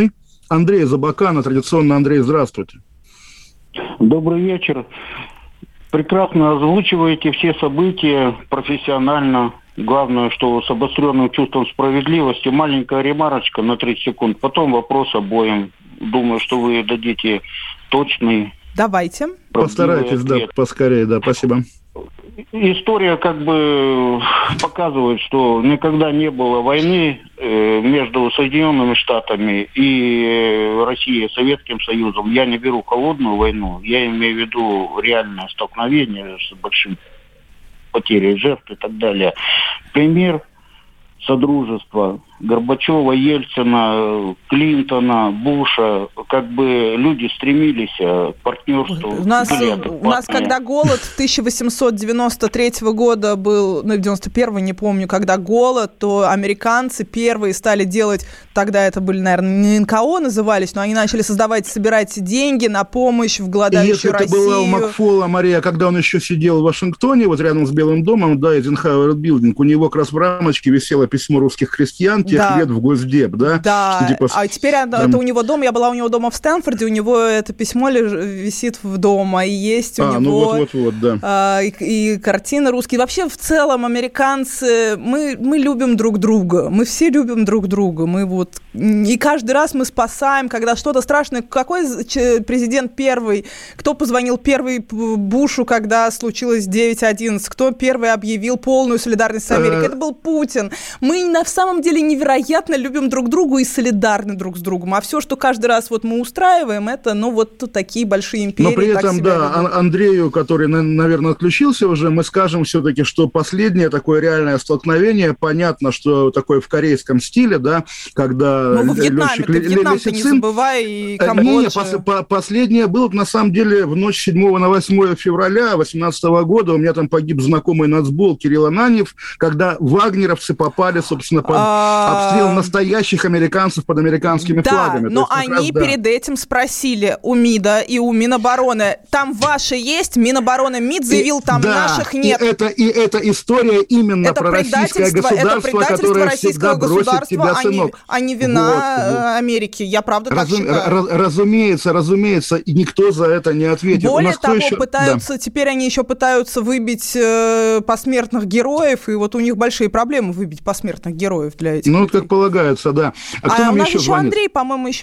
Андрей из Абакана. Традиционно, Андрей, здравствуйте. Добрый вечер. Прекрасно озвучиваете все события профессионально. Главное, что с обостренным чувством справедливости. Маленькая ремарочка на 30 секунд. Потом вопрос обоим. Думаю, что вы дадите точный. Давайте. Постарайтесь, ответ. Да, поскорее, да, спасибо. История как бы показывает, что никогда не было войны между Соединенными Штатами и Россией, Советским Союзом. Я не беру холодную войну, я имею в виду реальное столкновение с большим потерей жертв и так далее. Пример содружества Горбачева, Ельцина, Клинтона, Буша, как бы люди стремились к партнерству. У нас когда голод 1893 года был, 91-го, не помню, когда голод, то американцы первые стали делать, тогда это были, наверное, не НКО назывались, но они начали собирать деньги на помощь в голодающую Россию. Это была у Макфола, Мария, когда он еще сидел в Вашингтоне, вот рядом с Белым домом, да, Эйзенхауэр Билдинг, у него как раз в рамочке висело письмо русских крестьян тех лет в Госдеп, да? Да, типа, а теперь это у него дома, я была у него дома в Стэнфорде, у него это письмо висит в дома, и есть у него да. И картины русские. Вообще, в целом, американцы, мы любим друг друга, мы все любим друг друга, мы вот, и каждый раз мы спасаем, когда что-то страшное. Какой президент первый, кто позвонил первый Бушу, когда случилось 9/11, кто первый объявил полную солидарность с Америкой? Это был Путин. Мы на самом деле невероятно любим друг друга и солидарны друг с другом. А все, что каждый раз вот мы устраиваем, это, ну, вот такие большие империи. Но при этом, да, Андрею, который, наверное, отключился уже, мы скажем все-таки, что последнее такое реальное столкновение, понятно, что такое в корейском стиле, да, когда во Вьетнаме, Вьетнам-то не забывай, и Камбоджа. Последнее было, на самом деле, в ночь 7 на 8 февраля 2018 года. У меня там погиб знакомый нацбол Кирилл Ананьев, когда вагнеровцы попали, собственно, под обстрел настоящих американцев под американскими флагами. Да, но они перед этим спросили у МИДа и у Минобороны, там ваши есть? Минобороны, МИД заявил, там наших нет. И это история именно про российское государство, которое всегда бросит тебя, сынок. А не вина Америки, я правда так считаю. Разумеется, и никто за это не ответит. Более того, теперь они еще пытаются выбить посмертных героев, и вот у них большие проблемы выбить посмертных героев для этих людей. Как полагается, да. А кто нам у нас еще звонит? Андрей, по-моему, еще...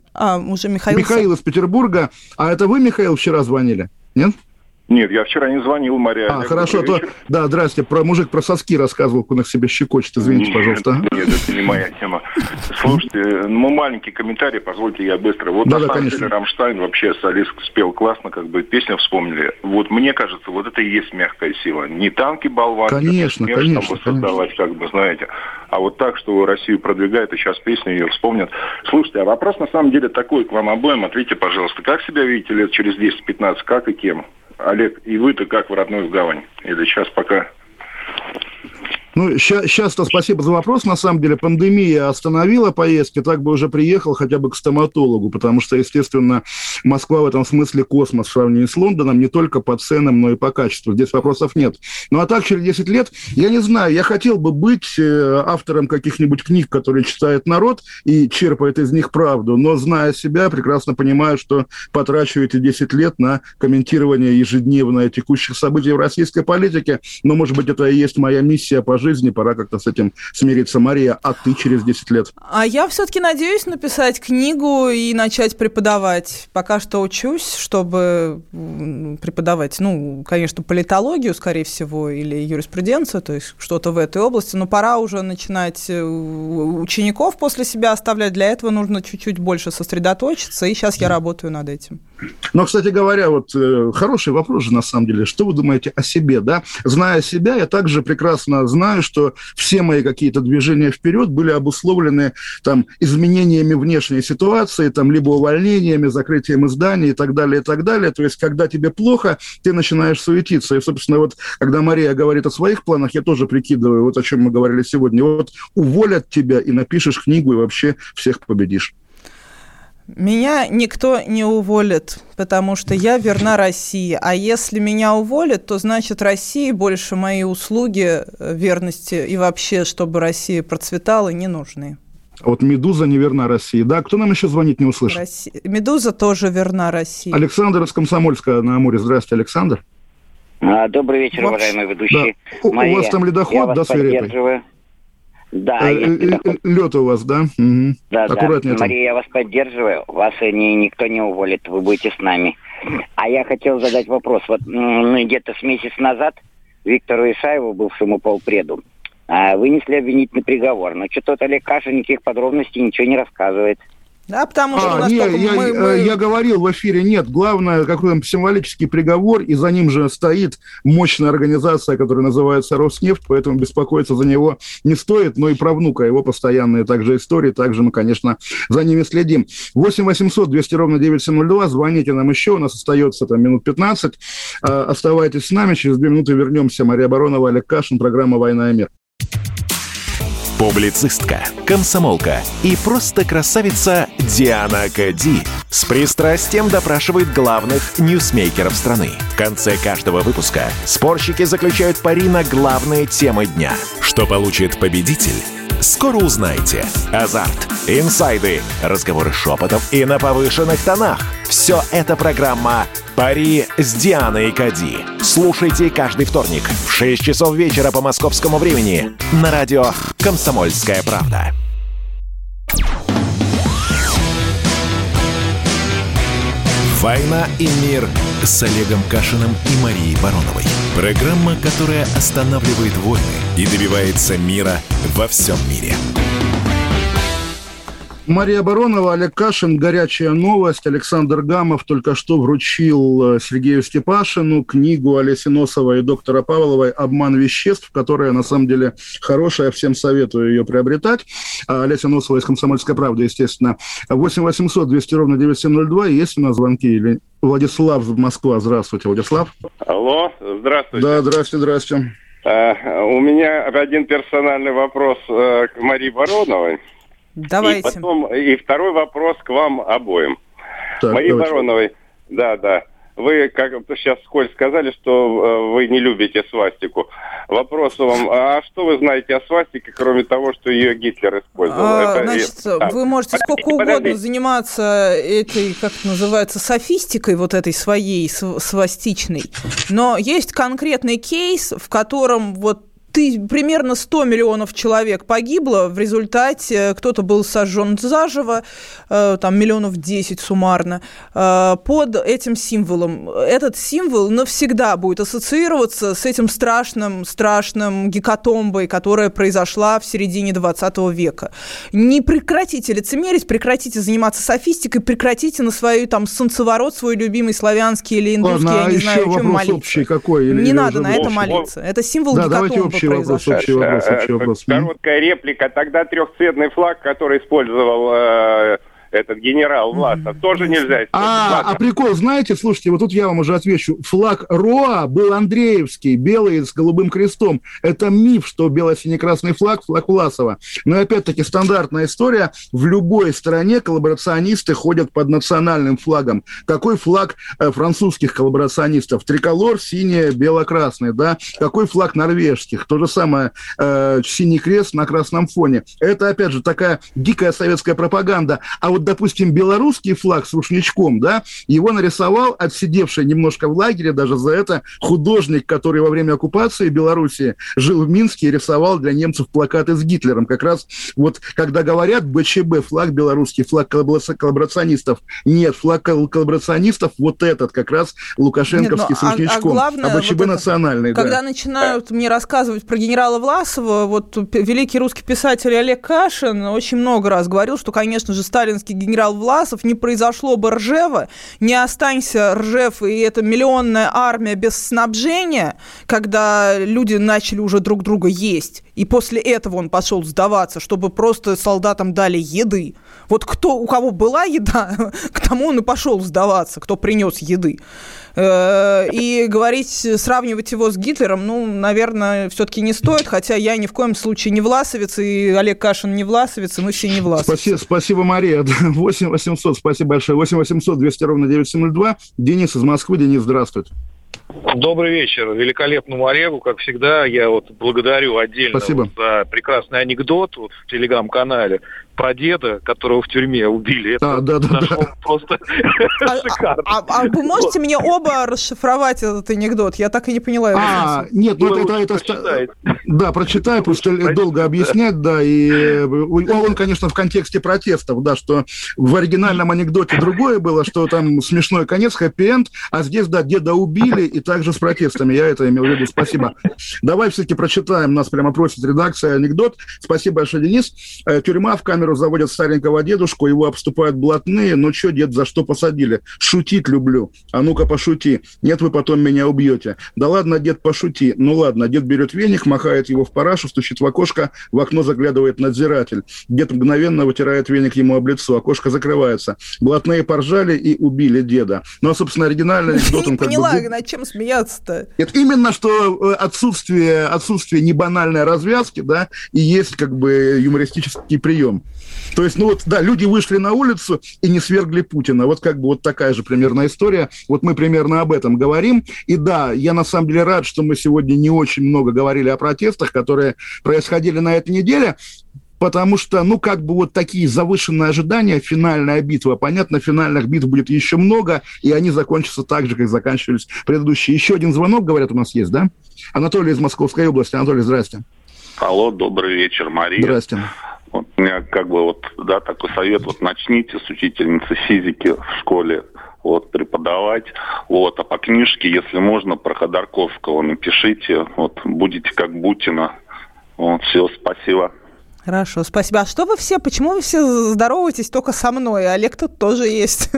уже Михаил. Михаил из Петербурга. А это вы, Михаил, вчера звонили? Нет? Нет, я вчера не звонил, Мария. Хорошо, то... Да, здрасте. Мужик про соски рассказывал, как он их себе щекочет. Извините, пожалуйста. Нет, это не моя тема. Слушайте, маленький комментарий, позвольте, я быстро. Вот на самом деле Рамштайн вообще солист спел классно, как бы песню вспомнили. Вот мне кажется, вот это и есть мягкая сила. Не танки, болванки, конечно, создавать, как бы, знаете. А вот так, что Россию продвигает, и сейчас песню ее вспомнят. Слушайте, а вопрос на самом деле такой к вам обоим. Ответьте, пожалуйста, как себя видите лет через 10-15, как и кем? Олег, и вы-то как в родную гавань? Или сейчас пока? Сейчас-то спасибо за вопрос. На самом деле пандемия остановила поездки, так бы уже приехал хотя бы к стоматологу, потому что, естественно, Москва в этом смысле космос в сравнении с Лондоном, не только по ценам, но и по качеству. Здесь вопросов нет. Ну, а так, через 10 лет, я не знаю, я хотел бы быть автором каких-нибудь книг, которые читает народ и черпает из них правду, но, зная себя, прекрасно понимаю, что потрачу эти 10 лет на комментирование ежедневно текущих событий в российской политике, но, может быть, это и есть моя миссия по жизни, пора как-то с этим смириться. Мария, а ты через 10 лет? А я все-таки надеюсь написать книгу и начать преподавать. Пока что учусь, чтобы преподавать, конечно, политологию, скорее всего, или юриспруденцию, то есть что-то в этой области, но пора уже начинать учеников после себя оставлять. Для этого нужно чуть-чуть больше сосредоточиться, и сейчас я работаю над этим. Но, кстати говоря, вот хороший вопрос же, на самом деле. Что вы думаете о себе, да? Зная себя, я также прекрасно знаю, что все мои какие-то движения вперед были обусловлены там изменениями внешней ситуации, там либо увольнениями, закрытием изданий и так далее, и так далее. То есть, когда тебе плохо, ты начинаешь суетиться. И, собственно, вот когда Мария говорит о своих планах, я тоже прикидываю, вот о чем мы говорили сегодня. Вот уволят тебя, и напишешь книгу, и вообще всех победишь. Меня никто не уволит, потому что я верна России. А если меня уволят, то значит России больше мои услуги верности и вообще, чтобы Россия процветала, не нужны. Вот «Медуза» не верна России. Да, кто нам еще звонит, не услышал? «Медуза» тоже верна России. Александр из Комсомольска на Амуре. Здравствуйте, Александр. Добрый вечер, уважаемые ведущие. Да. Мария, у вас там ледоход, да, свирепый? Да, лед у вас, да? Угу. Да, аккуратнее. Да. Мария, я вас поддерживаю. Вас никто не уволит, вы будете с нами. А я хотел задать вопрос. Вот где-то с месяц назад Виктору Исаеву, бывшему полпреду, вынесли обвинительный приговор. Но что-то Олег Кашин никаких подробностей ничего не рассказывает. Да, потому что у нас я говорил в эфире, нет, главное, какой-то символический приговор, и за ним же стоит мощная организация, которая называется Роснефть, поэтому беспокоиться за него не стоит, но и про внука его постоянные также истории, также мы, конечно, за ними следим. 8 800 200 ровно 9702, звоните нам еще, у нас остается там минут 15, оставайтесь с нами, через 2 минуты вернемся. Мария Баронова, Олег Кашин, программа «Война и мир». Публицистка, комсомолка и просто красавица Диана Кади с пристрастием допрашивает главных ньюсмейкеров страны. В конце каждого выпуска спорщики заключают пари на главные темы дня. Что получит победитель? Скоро узнаете. Азарт, инсайды, разговоры шепотов и на повышенных тонах. Все это программа «Пари с Дианой Кади». Слушайте каждый вторник в 6 часов вечера по московскому времени на радио «Комсомольская правда». «Война и мир» с Олегом Кашиным и Марией Бароновой. Программа, которая останавливает войны и добивается мира во всем мире. Мария Баронова, Олег Кашин, горячая новость. Александр Гамов только что вручил Сергею Степашину книгу Олеси Носовой и доктора Павловой «Обман веществ», которая, на самом деле, хорошая. Всем советую ее приобретать. Олеся Носова из «Комсомольской правды», естественно. 8 800 200 ровно 9702. Есть у нас звонки или... Владислав, Москва. Здравствуйте, Владислав. Алло, здравствуйте. Да, здравствуйте. У меня один персональный вопрос к Марии Бароновой. Давайте. И второй вопрос к вам обоим. Так, Марии Бароновой, да. Вы, как сейчас вскользь сказали, что вы не любите свастику. Вопрос вам, а что вы знаете о свастике, кроме того, что ее Гитлер использовал? Вы можете сколько угодно заниматься этой, как это называется, софистикой вот этой своей свастичной, но есть конкретный кейс, в котором вот примерно 100 миллионов человек погибло, в результате кто-то был сожжен заживо, там 10 миллионов суммарно, под этим символом. Этот символ навсегда будет ассоциироваться с этим страшным гекатомбой, которая произошла в середине 20 века. Не прекратите лицемерить, прекратите заниматься софистикой, прекратите на свою там солнцеворот, свой любимый славянский или индусский, я не знаю, о чем молиться. Не надо на это молиться. Это символ гекатомбы. Общий вопрос. Короткая реплика. Тогда трехцветный флаг, который использовал этот генерал Власов, тоже нельзя использовать. Прикол, знаете, слушайте, вот тут я вам уже отвечу. Флаг РОА был Андреевский, белый с голубым крестом. Это миф, что бело-сине-красный флаг Власова. Но опять-таки стандартная история. В любой стране коллаборационисты ходят под национальным флагом. Какой флаг французских коллаборационистов? Триколор, синий, бело-красный, да? Какой флаг норвежских? То же самое, синий крест на красном фоне. Это, опять же, такая дикая советская пропаганда. А вот, допустим, белорусский флаг с рушничком, да, его нарисовал отсидевший немножко в лагере даже за это художник, который во время оккупации Белоруссии жил в Минске и рисовал для немцев плакаты с Гитлером. Как раз вот, когда говорят БЧБ, флаг белорусский, флаг коллаборационистов, нет, флаг коллаборационистов вот этот, как раз лукашенковский с рушничком. Главное, БЧБ вот национальный, когда начинают мне рассказывать про генерала Власова, вот великий русский писатель Олег Кашин очень много раз говорил, что, конечно же, сталинский генерал Власов, не произошло бы Ржева, не останься Ржев и эта миллионная армия без снабжения, когда люди начали уже друг друга есть, и после этого он пошел сдаваться, чтобы просто солдатам дали еды. Вот у кого была еда, к тому он и пошел сдаваться, кто принес еды. И сравнивать его с Гитлером, наверное, все-таки не стоит, хотя я ни в коем случае не власовец, и Олег Кашин не власовец, и мы все не власовцы. Спасибо, Мария. 8 800, спасибо большое. 8 800 200 ровно 9702. Денис из Москвы. Денис, здравствуйте. Добрый вечер. Великолепному Олегу, как всегда, я благодарю отдельно за прекрасный анекдот в телеграм-канале. прадеда, которого в тюрьме убили. Это просто шикарно. А вы можете мне оба расшифровать этот анекдот? Я так и не поняла его. Нет, это да, прочитай, просто долго объяснять, да, и он, конечно, в контексте протестов, да, что в оригинальном анекдоте другое было, что там смешной конец, хэппи-энд, а здесь, да, деда убили, и также с протестами, я это имел в виду, спасибо. Давай все-таки прочитаем, нас прямо просит редакция, анекдот. Спасибо большое, Денис. Тюрьма, в камеру заводят старенького дедушку, его обступают блатные, ну что, дед, за что посадили? Шутить люблю. А ну-ка, пошути. Нет, вы потом меня убьете. Да ладно, дед, пошути. Ну ладно, дед берет веник, махает его в парашу, стучит в окошко, в окно заглядывает надзиратель. Дед мгновенно вытирает веник ему об лицо, окошко закрывается. Блатные поржали и убили деда. Ну, а, собственно, оригинальный анекдот... Я не поняла, над чем смеяться-то? Это именно, что отсутствие небанальной развязки, да, и есть как бы юмористический прием. То есть, ну вот, да, люди вышли на улицу и не свергли Путина. Вот как бы вот такая же примерно история. Вот мы примерно об этом говорим. И да, я на самом деле рад, что мы сегодня не очень много говорили о протестах, которые происходили на этой неделе, потому что, ну, как бы вот такие завышенные ожидания, финальная битва. Понятно, финальных битв будет еще много, и они закончатся так же, как заканчивались предыдущие. Еще один звонок, говорят, у нас есть, да? Анатолий из Московской области. Анатолий, здрасте. Алло, добрый вечер, Мария. Здрасте. Вот у меня как бы вот, да, такой совет, вот начните с учительницы физики в школе вот преподавать, вот, а по книжке, если можно, про Ходорковского напишите, вот, будете как Бутина. Вот, все, спасибо. Хорошо, спасибо. А что вы все, почему вы все здороваетесь только со мной? Олег тут тоже есть.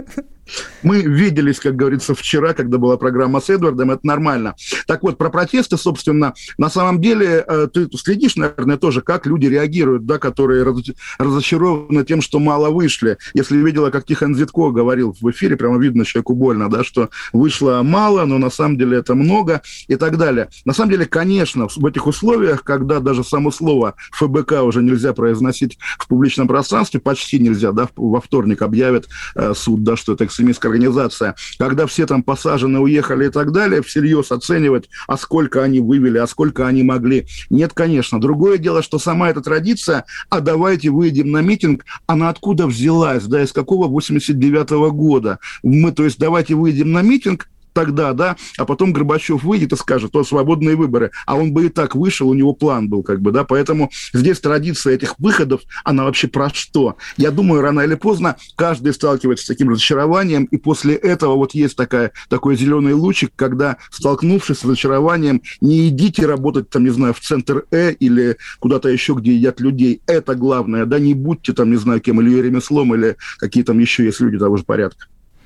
Мы виделись, как говорится, вчера, когда была программа с Эдвардом, это нормально. Так вот, про протесты, собственно, на самом деле, ты следишь, наверное, тоже, как люди реагируют, да, которые разочарованы тем, что мало вышли. Если видела, как Тихон Зитко говорил в эфире, прямо видно, человеку больно, да, что вышло мало, но на самом деле это много и так далее. На самом деле, конечно, в этих условиях, когда даже само слово ФБК уже нельзя произносить в публичном пространстве, почти нельзя, да, во вторник объявит суд, да, что это экстремистская организация, когда все там посажены, уехали и так далее, всерьез оценивать, а сколько они вывели, а сколько они могли. Нет, конечно. Другое дело, что сама эта традиция, а давайте выйдем на митинг, она откуда взялась, да, из какого 89-го года. То есть давайте выйдем на митинг, тогда, да, а потом Горбачев выйдет и скажет, то свободные выборы, а он бы и так вышел, у него план был, как бы, да, поэтому здесь традиция этих выходов, она вообще про что? Я думаю, рано или поздно каждый сталкивается с таким разочарованием, и после этого вот есть такой зеленый лучик, когда, столкнувшись с разочарованием, не идите работать, там, не знаю, в центр или куда-то еще, где едят людей, это главное, да, не будьте там, не знаю, кем, или ремеслом, или какие там еще есть люди того же порядка.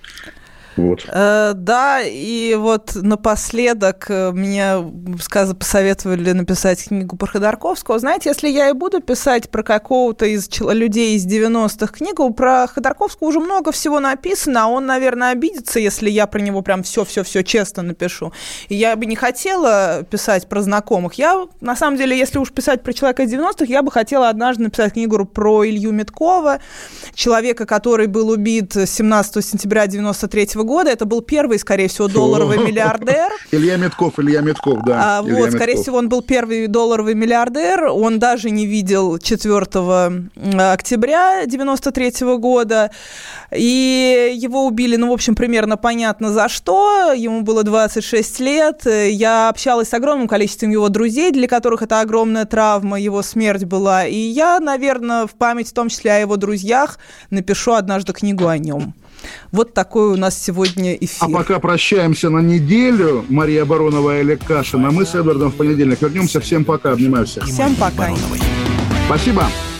Вот. Да, и вот напоследок мне посоветовали написать книгу про Ходорковского. Знаете, если я и буду писать про какого-то из людей из 90-х книгу, про Ходорковского уже много всего написано, а он, наверное, обидится, если я про него прям все-все-все честно напишу. И я бы не хотела писать про знакомых. Я, на самом деле, если уж писать про человека из 90-х, я бы хотела однажды написать книгу про Илью Меткова, человека, который был убит 17 сентября 93 года. Это был первый, скорее всего, долларовый миллиардер. Илья Метков, да. Вот, скорее всего, он был первый долларовый миллиардер. Он даже не видел 4 октября 93 года. И его убили, ну, в общем, примерно понятно за что. Ему было 26 лет. Я общалась с огромным количеством его друзей, для которых это огромная травма, его смерть была. И я, наверное, в память, в том числе о его друзьях, напишу однажды книгу о нем. Вот такой у нас сегодня эфир. А пока прощаемся на неделю. Мария Баронова и Олег Кашин. А мы с Эдвардом в понедельник вернемся. Всем пока. Обнимаю всех. Всем пока. Спасибо.